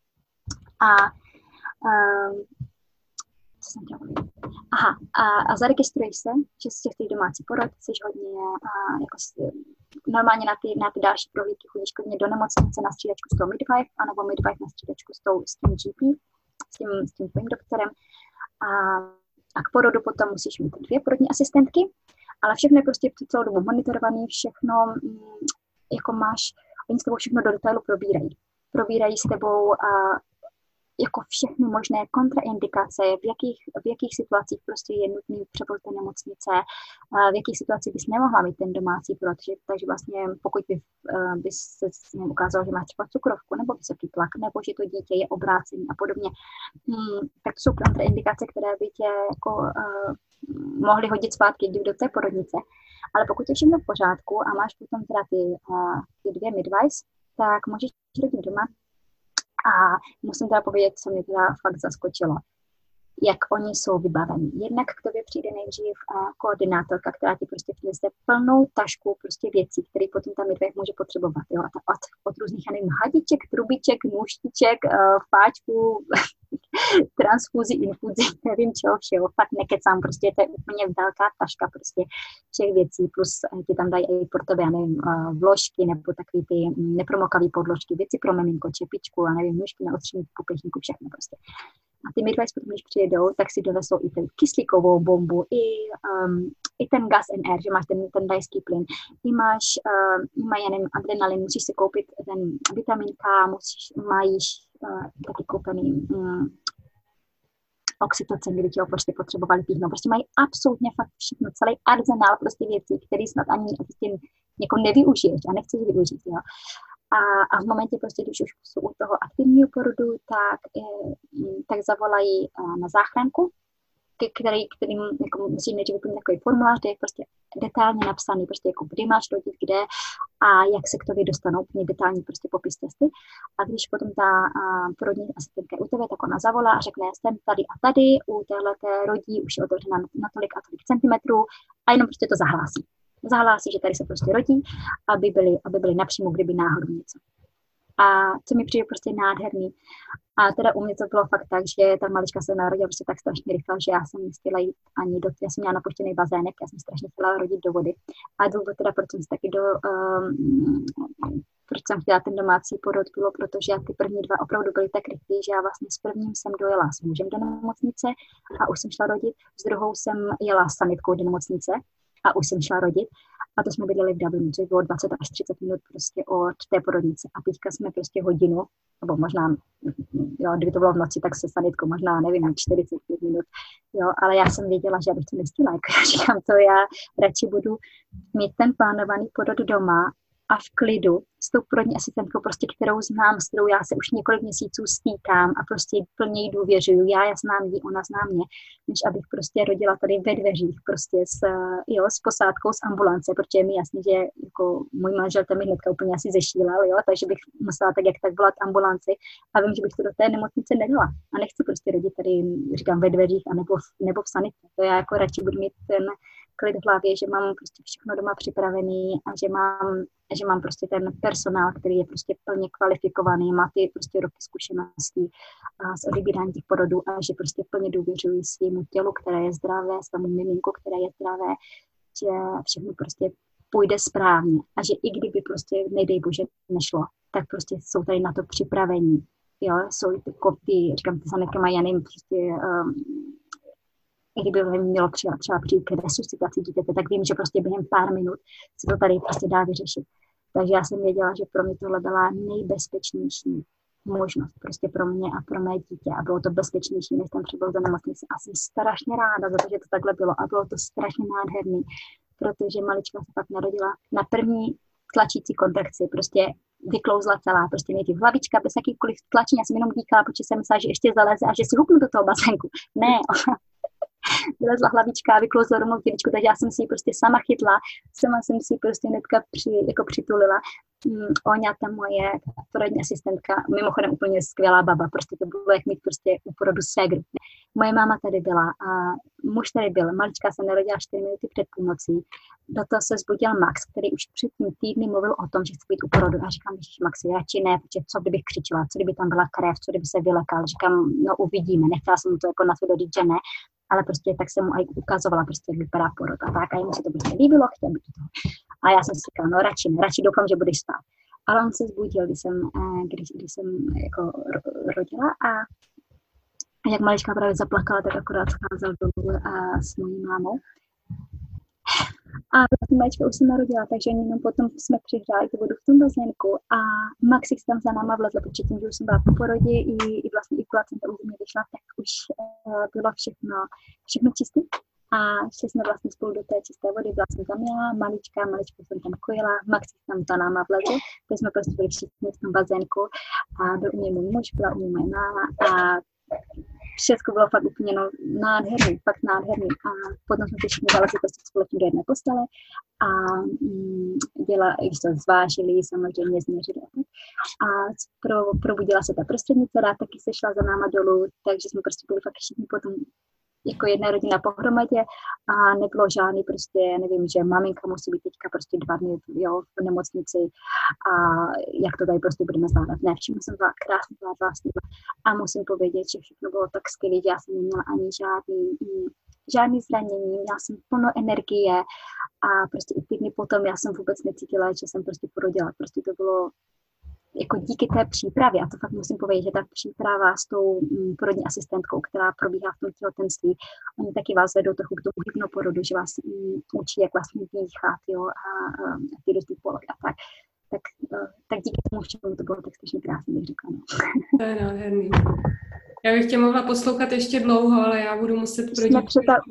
Co jsem chtěla mluvit? A zaregistruješ se, že z těch domácí porod jsi hodně jako normálně na ty další prohlídky chodíš klidně do nemocnice na střídačku s tou midwife, anebo midwife na střídačku s tím GP, s tím tvým doktorem. A k porodu potom musíš mít 2 porodní asistentky, ale všechno je prostě celou dobu monitorovaný, všechno jako máš, oni s tebou všechno do detailu probírají. Probírají s tebou jako všechny možné kontraindikace, v jakých situacích prostě je nutný převod té nemocnice, v jakých situacích bys nemohla mít ten domácí porod. Takže vlastně pokud by se ukázalo, že máš třeba cukrovku nebo vysoký tlak, nebo že to dítě je obrácený a podobně, tak to jsou kontraindikace, které by tě jako mohly hodit zpátky do té porodnice. Ale pokud je všechno v pořádku a máš potom teda ty 2 midwives, tak můžeš rodit doma. A musím teda povědět, co mě teda fakt zaskočilo. Jak oni jsou vybavení. Jednak k tobě přijde nejdřív koordinátorka, která ti prostě přinese plnou tašku prostě věcí, které potom ta midwife může potřebovat. Jo? A od různých, hadiček, trubiček, nůžtiček, páčků, transfúzi, infúzi, nevím čeho všeho, fakt nekecám, prostě to je úplně velká taška prostě všech věcí, plus ti tam dají i pro tebe, já nevím, vložky nebo takový ty nepromokavý podložky, věci pro miminko, čepičku a nevím, nůžky na ostření pupečníku, všechno prostě. A ty midwives potom, když přijedou, tak si donesou i ten kyslíkovou bombu, i ten gas and air, že máš ten dajský plyn, máš, já nevím, adrenalin, musíš si koupit ten vitamin K, máš taky koupený oxytocin, kdyby tě ho prostě potřebovali píchnout. Prostě mají absolutně fakt všechno, celý arzenál prostě věcí, který snad ani prostě jako nevyužiješ a nechceš využít, jo. A v momentě prostě, když už jsou u toho aktivního porodu, tak zavolají na záchranku, kterým jako musí nejdřív vyplnit takový formulář, kde je prostě detailně napsaný, prostě jako kdy máš rodit, kde a jak se k tobě dostanou, úplně detailní prostě popis cesty. A když potom ta porodní asistentka u tebe, tak ona zavolá a řekne, jsem tady a tady, u téhleté rodí už je otevřena na tolik a tolik centimetrů a jenom prostě to zahlásí. Zahlásí, že tady se prostě rodí, aby byli napřímo, kdyby náhodou něco. A co mi přijde prostě nádherný. A teda u mě to bylo fakt tak, že ta malička se narodila prostě tak strašně rychle, že já jsem nestihla jít ani já jsem měla napuštěný bazének, já jsem strašně chtěla rodit do vody. A důvod teda, proč jsem taky proč jsem chtěla ten domácí porod, bylo, protože ty první 2 opravdu byly tak rychlý, že já vlastně s prvním jsem dojela s mužem do nemocnice a už jsem šla rodit, s druhou jsem jela s sanitkou do nemocnice a už jsem šla rodit. A to jsme bydleli v Dublinu, což bylo 20 až 30 minut prostě od té porodnice. A teďka jsme prostě hodinu, nebo možná, jo, kdyby to bylo v noci, tak se sanitkou možná, nevím, 45 minut. Jo, ale já jsem věděla, že já bych to nestihla. Jako já říkám to, já radši budu mít ten plánovaný porod doma a v klidu s tou porodní asistentkou, prostě, kterou znám, s kterou já se už několik měsíců stýkám a prostě plně jí důvěřuju. Já znám jí, ona zná mě, než abych prostě rodila tady ve dveřích prostě s posádkou z ambulance, protože je mi jasný, že jako můj manžel tam mi hnedka úplně asi zešílel, jo, takže bych musela tak jak tak volat ambulanci a vím, že bych to do té nemocnice nedala. A nechci prostě rodit tady, říkám, ve dveřích nebo v sanitce. To já jako radši budu mít ten klid v hlavě, že mám prostě všechno doma připravený a že mám prostě ten personál, který je prostě plně kvalifikovaný, má ty prostě roky zkušeností s odebíráním těch porodů a že prostě plně důvěřují svému tělu, které je zdravé, svému miminku, které je zdravé, že všechno prostě půjde správně a že i kdyby prostě, nejdej bože, nešlo, tak prostě jsou tady na to připravení jo, jsou ty, říkám, ty sanitky mají, já nevím, prostě, i kdyby mělo třeba přijít k resuscitaci dítěte, tak vím, že prostě během pár minut se to tady prostě dá vyřešit. Takže já jsem věděla, že pro mě tohle byla nejbezpečnější možnost prostě pro mě a pro mé dítě. A bylo to bezpečnější, než ten převoz do nemocnice. A jsem strašně ráda za to, že to takhle bylo. A bylo to strašně nádherný, protože malička se pak narodila na první tlačící kontrakci. Prostě vyklouzla celá, prostě nejdřív hlavička bez jakýkoliv tlačení. Já jsem jenom díkala, protože jsem myslela, že ještě zaleze a že si hupnu do toho bazénku. Ne, vylezla hlavička a vyklouzla rovnou děličku, takže já jsem si ji prostě sama chytla, sama jsem si prostě hnedka přitulila. Oňa, ta moje porodní asistentka, mimochodem úplně skvělá baba, prostě to bylo jak mít prostě u porodu ségru. Moje máma tady byla a muž tady byl, malička se narodila 4 minuty před půlnocí. Do toho se zbudil Max, který už před tím týdny mluvil o tom, že chce být u porodu. A říkám, že Maxi, radši ne, protože co kdybych křičela, co kdyby tam byla krev, co kdyby se vylekal. Říkám, no uvidíme, nechtěla jsem mu to jako na to říct, že ne, ale prostě tak jsem mu aj ukazovala, prostě, jak vypadá porod a tak. A jemu se to prostě líbilo, chtěl být toho. A já jsem si říkala, no radši doufám, že budeš spát. Ale on se zbudil, když jsem jako rodila a jak malička právě zaplakala, tak akorát scházel dolů s mojí mámou. A vlastně malička už se narodila, takže jenom potom jsme přihráli tu vodu v tom bazénku a Maxix tam za náma vlezl, protože tím, že už jsem byla po porodě i vlastně i placenta už mě vyšla, tak už bylo všechno čisté. A šli jsme vlastně spolu do té čisté vody, byla jsem tam já, maličku jsem tam kojila, Maxix tam za náma vlezl, takže jsme prostě byli všichni v tom bazénku a byl u mě můj muž, byla u mě moje máma a všechno bylo fakt úplně nádherný. A potom jsme se všichni dali si prostě společně do jedné postele a když to zvážili, samozřejmě změřili a probudila se ta prostřednice, která taky se šla za náma dolů, takže jsme prostě byli fakt všichni potom jako jedna rodina pohromadě a nebylo žádný prostě, nevím, že maminka musí být teďka prostě 2 dny v nemocnici a jak to tady prostě budeme zvládat. Ne, všimla jsem krásně zvládla s ním a musím povědět, že všechno bylo tak skvělé, že já jsem neměla ani žádný zranění, měla jsem plno energie a prostě i ty dny potom já jsem vůbec necítila, že jsem prostě porodila. Prostě to bylo jako díky té přípravě, a to fakt musím povědět, že ta příprava s tou porodní asistentkou, která probíhá v tom těhotenství, oni taky vás vedou trochu k tomu hypnoporodu, že vás učí, jak vlastně dýchat, jo, a ty různý polohy a tak. Tak díky tomu všemu to bylo tak strašně krásně, bych řekla. No. To je nádherný. Já bych tě mohla poslouchat ještě dlouho, ale já budu muset prodít.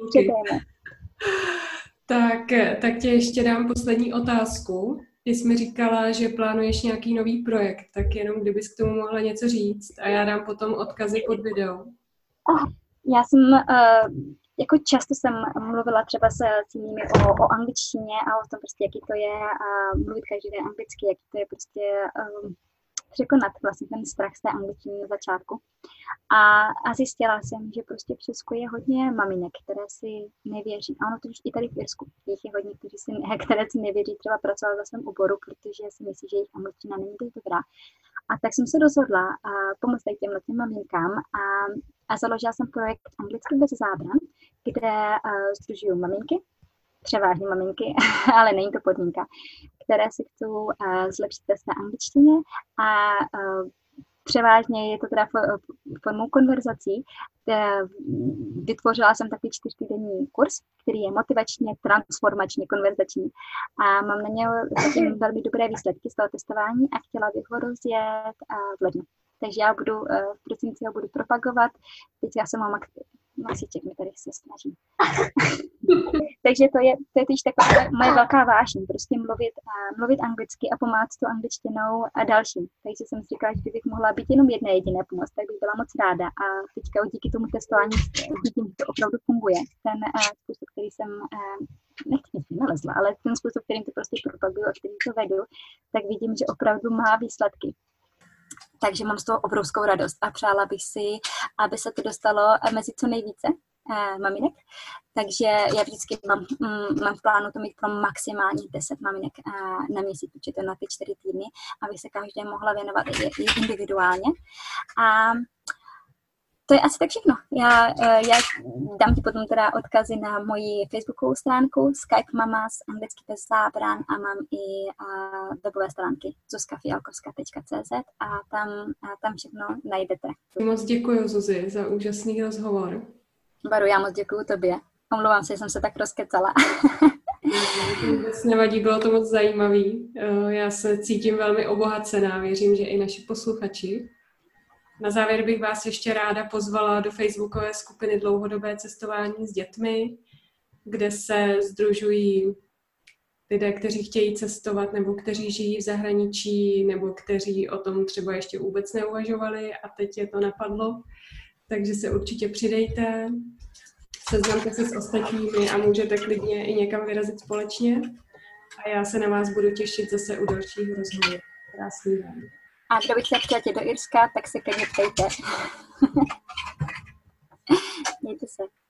Tak tě ještě dám poslední otázku. Ty jsi mi říkala, že plánuješ nějaký nový projekt, tak jenom kdybys k tomu mohla něco říct a já dám potom odkazy pod video. Já jsem, jako často jsem mluvila třeba s jinými o angličtině a o tom prostě, jaký to je mluvit každý den anglicky, jaký to je prostě překonat vlastně ten strach z té angličtiny na začátku. A zjistila jsem, že prostě v Česku je hodně maminek, které si nevěří. A ono to i tady v Irsku je hodně, které si nevěří třeba pracovat ve svém oboru, protože si myslí, že jejich angličtina není tak dobrá. A tak jsem se rozhodla pomoct těm maminkám a založila jsem projekt Anglicky bez zábran, kde sdružuju maminky, převážně maminky, ale není to podmínka, které si chcou zlepšit ve své angličtině a převážně je to teda formou konverzací. Vytvořila jsem takový 4týdenní kurz, který je motivačně, transformačně, konverzační a mám na něj velmi dobré výsledky z toho testování a chtěla bych ho rozjet v lednu. Takže já budu v prosinci ho budu propagovat. Teď já jsem mám Masíček mi tady se snaží. Takže to je teď taková moje velká vášeň, prostě mluvit anglicky a pomáhat s tou angličtinou a dalším. Takže jsem si říkala, že kdybych mohla být jenom jedné jediné pomoc, tak bych byla moc ráda. A teďka díky tomu testování vidím, že to opravdu funguje. Ten způsob, který jsem nechci nic vynalezla, ale ten způsob, kterým to prostě propaguju a kterým to vedu, tak vidím, že opravdu má výsledky. Takže mám z toho obrovskou radost a přála bych si, aby se to dostalo mezi co nejvíce maminek. Takže já vždycky mám v plánu to mít pro maximálně 10 maminek na měsíc, protože to na ty 4 týdny, abych se každé mohla věnovat individuálně. A To je asi tak všechno. Já dám ti potom teda odkazy na moji facebookovou stránku Skype Mamas, anglicky bez zábran, a mám i webové stránky zuzkafialkovská.cz a tam všechno najdete. Moc děkuji, Zuzi, za úžasný rozhovor. Baru, já moc děkuju tobě. Omlouvám se, že jsem se tak rozkecala. Vůbec nevadí, bylo to moc zajímavý. Já se cítím velmi obohacená, věřím, že i naši posluchači. Na závěr bych vás ještě ráda pozvala do facebookové skupiny Dlouhodobé cestování s dětmi, kde se sdružují lidé, kteří chtějí cestovat nebo kteří žijí v zahraničí nebo kteří o tom třeba ještě vůbec neuvažovali a teď je to napadlo. Takže se určitě přidejte, seznamte se s ostatními a můžete klidně i někam vyrazit společně. A já se na vás budu těšit zase u dalšího rozhovoru. Krásný den. A kdo by chtěl přijet do Irska, tak se klidně ptejte. Mějte se.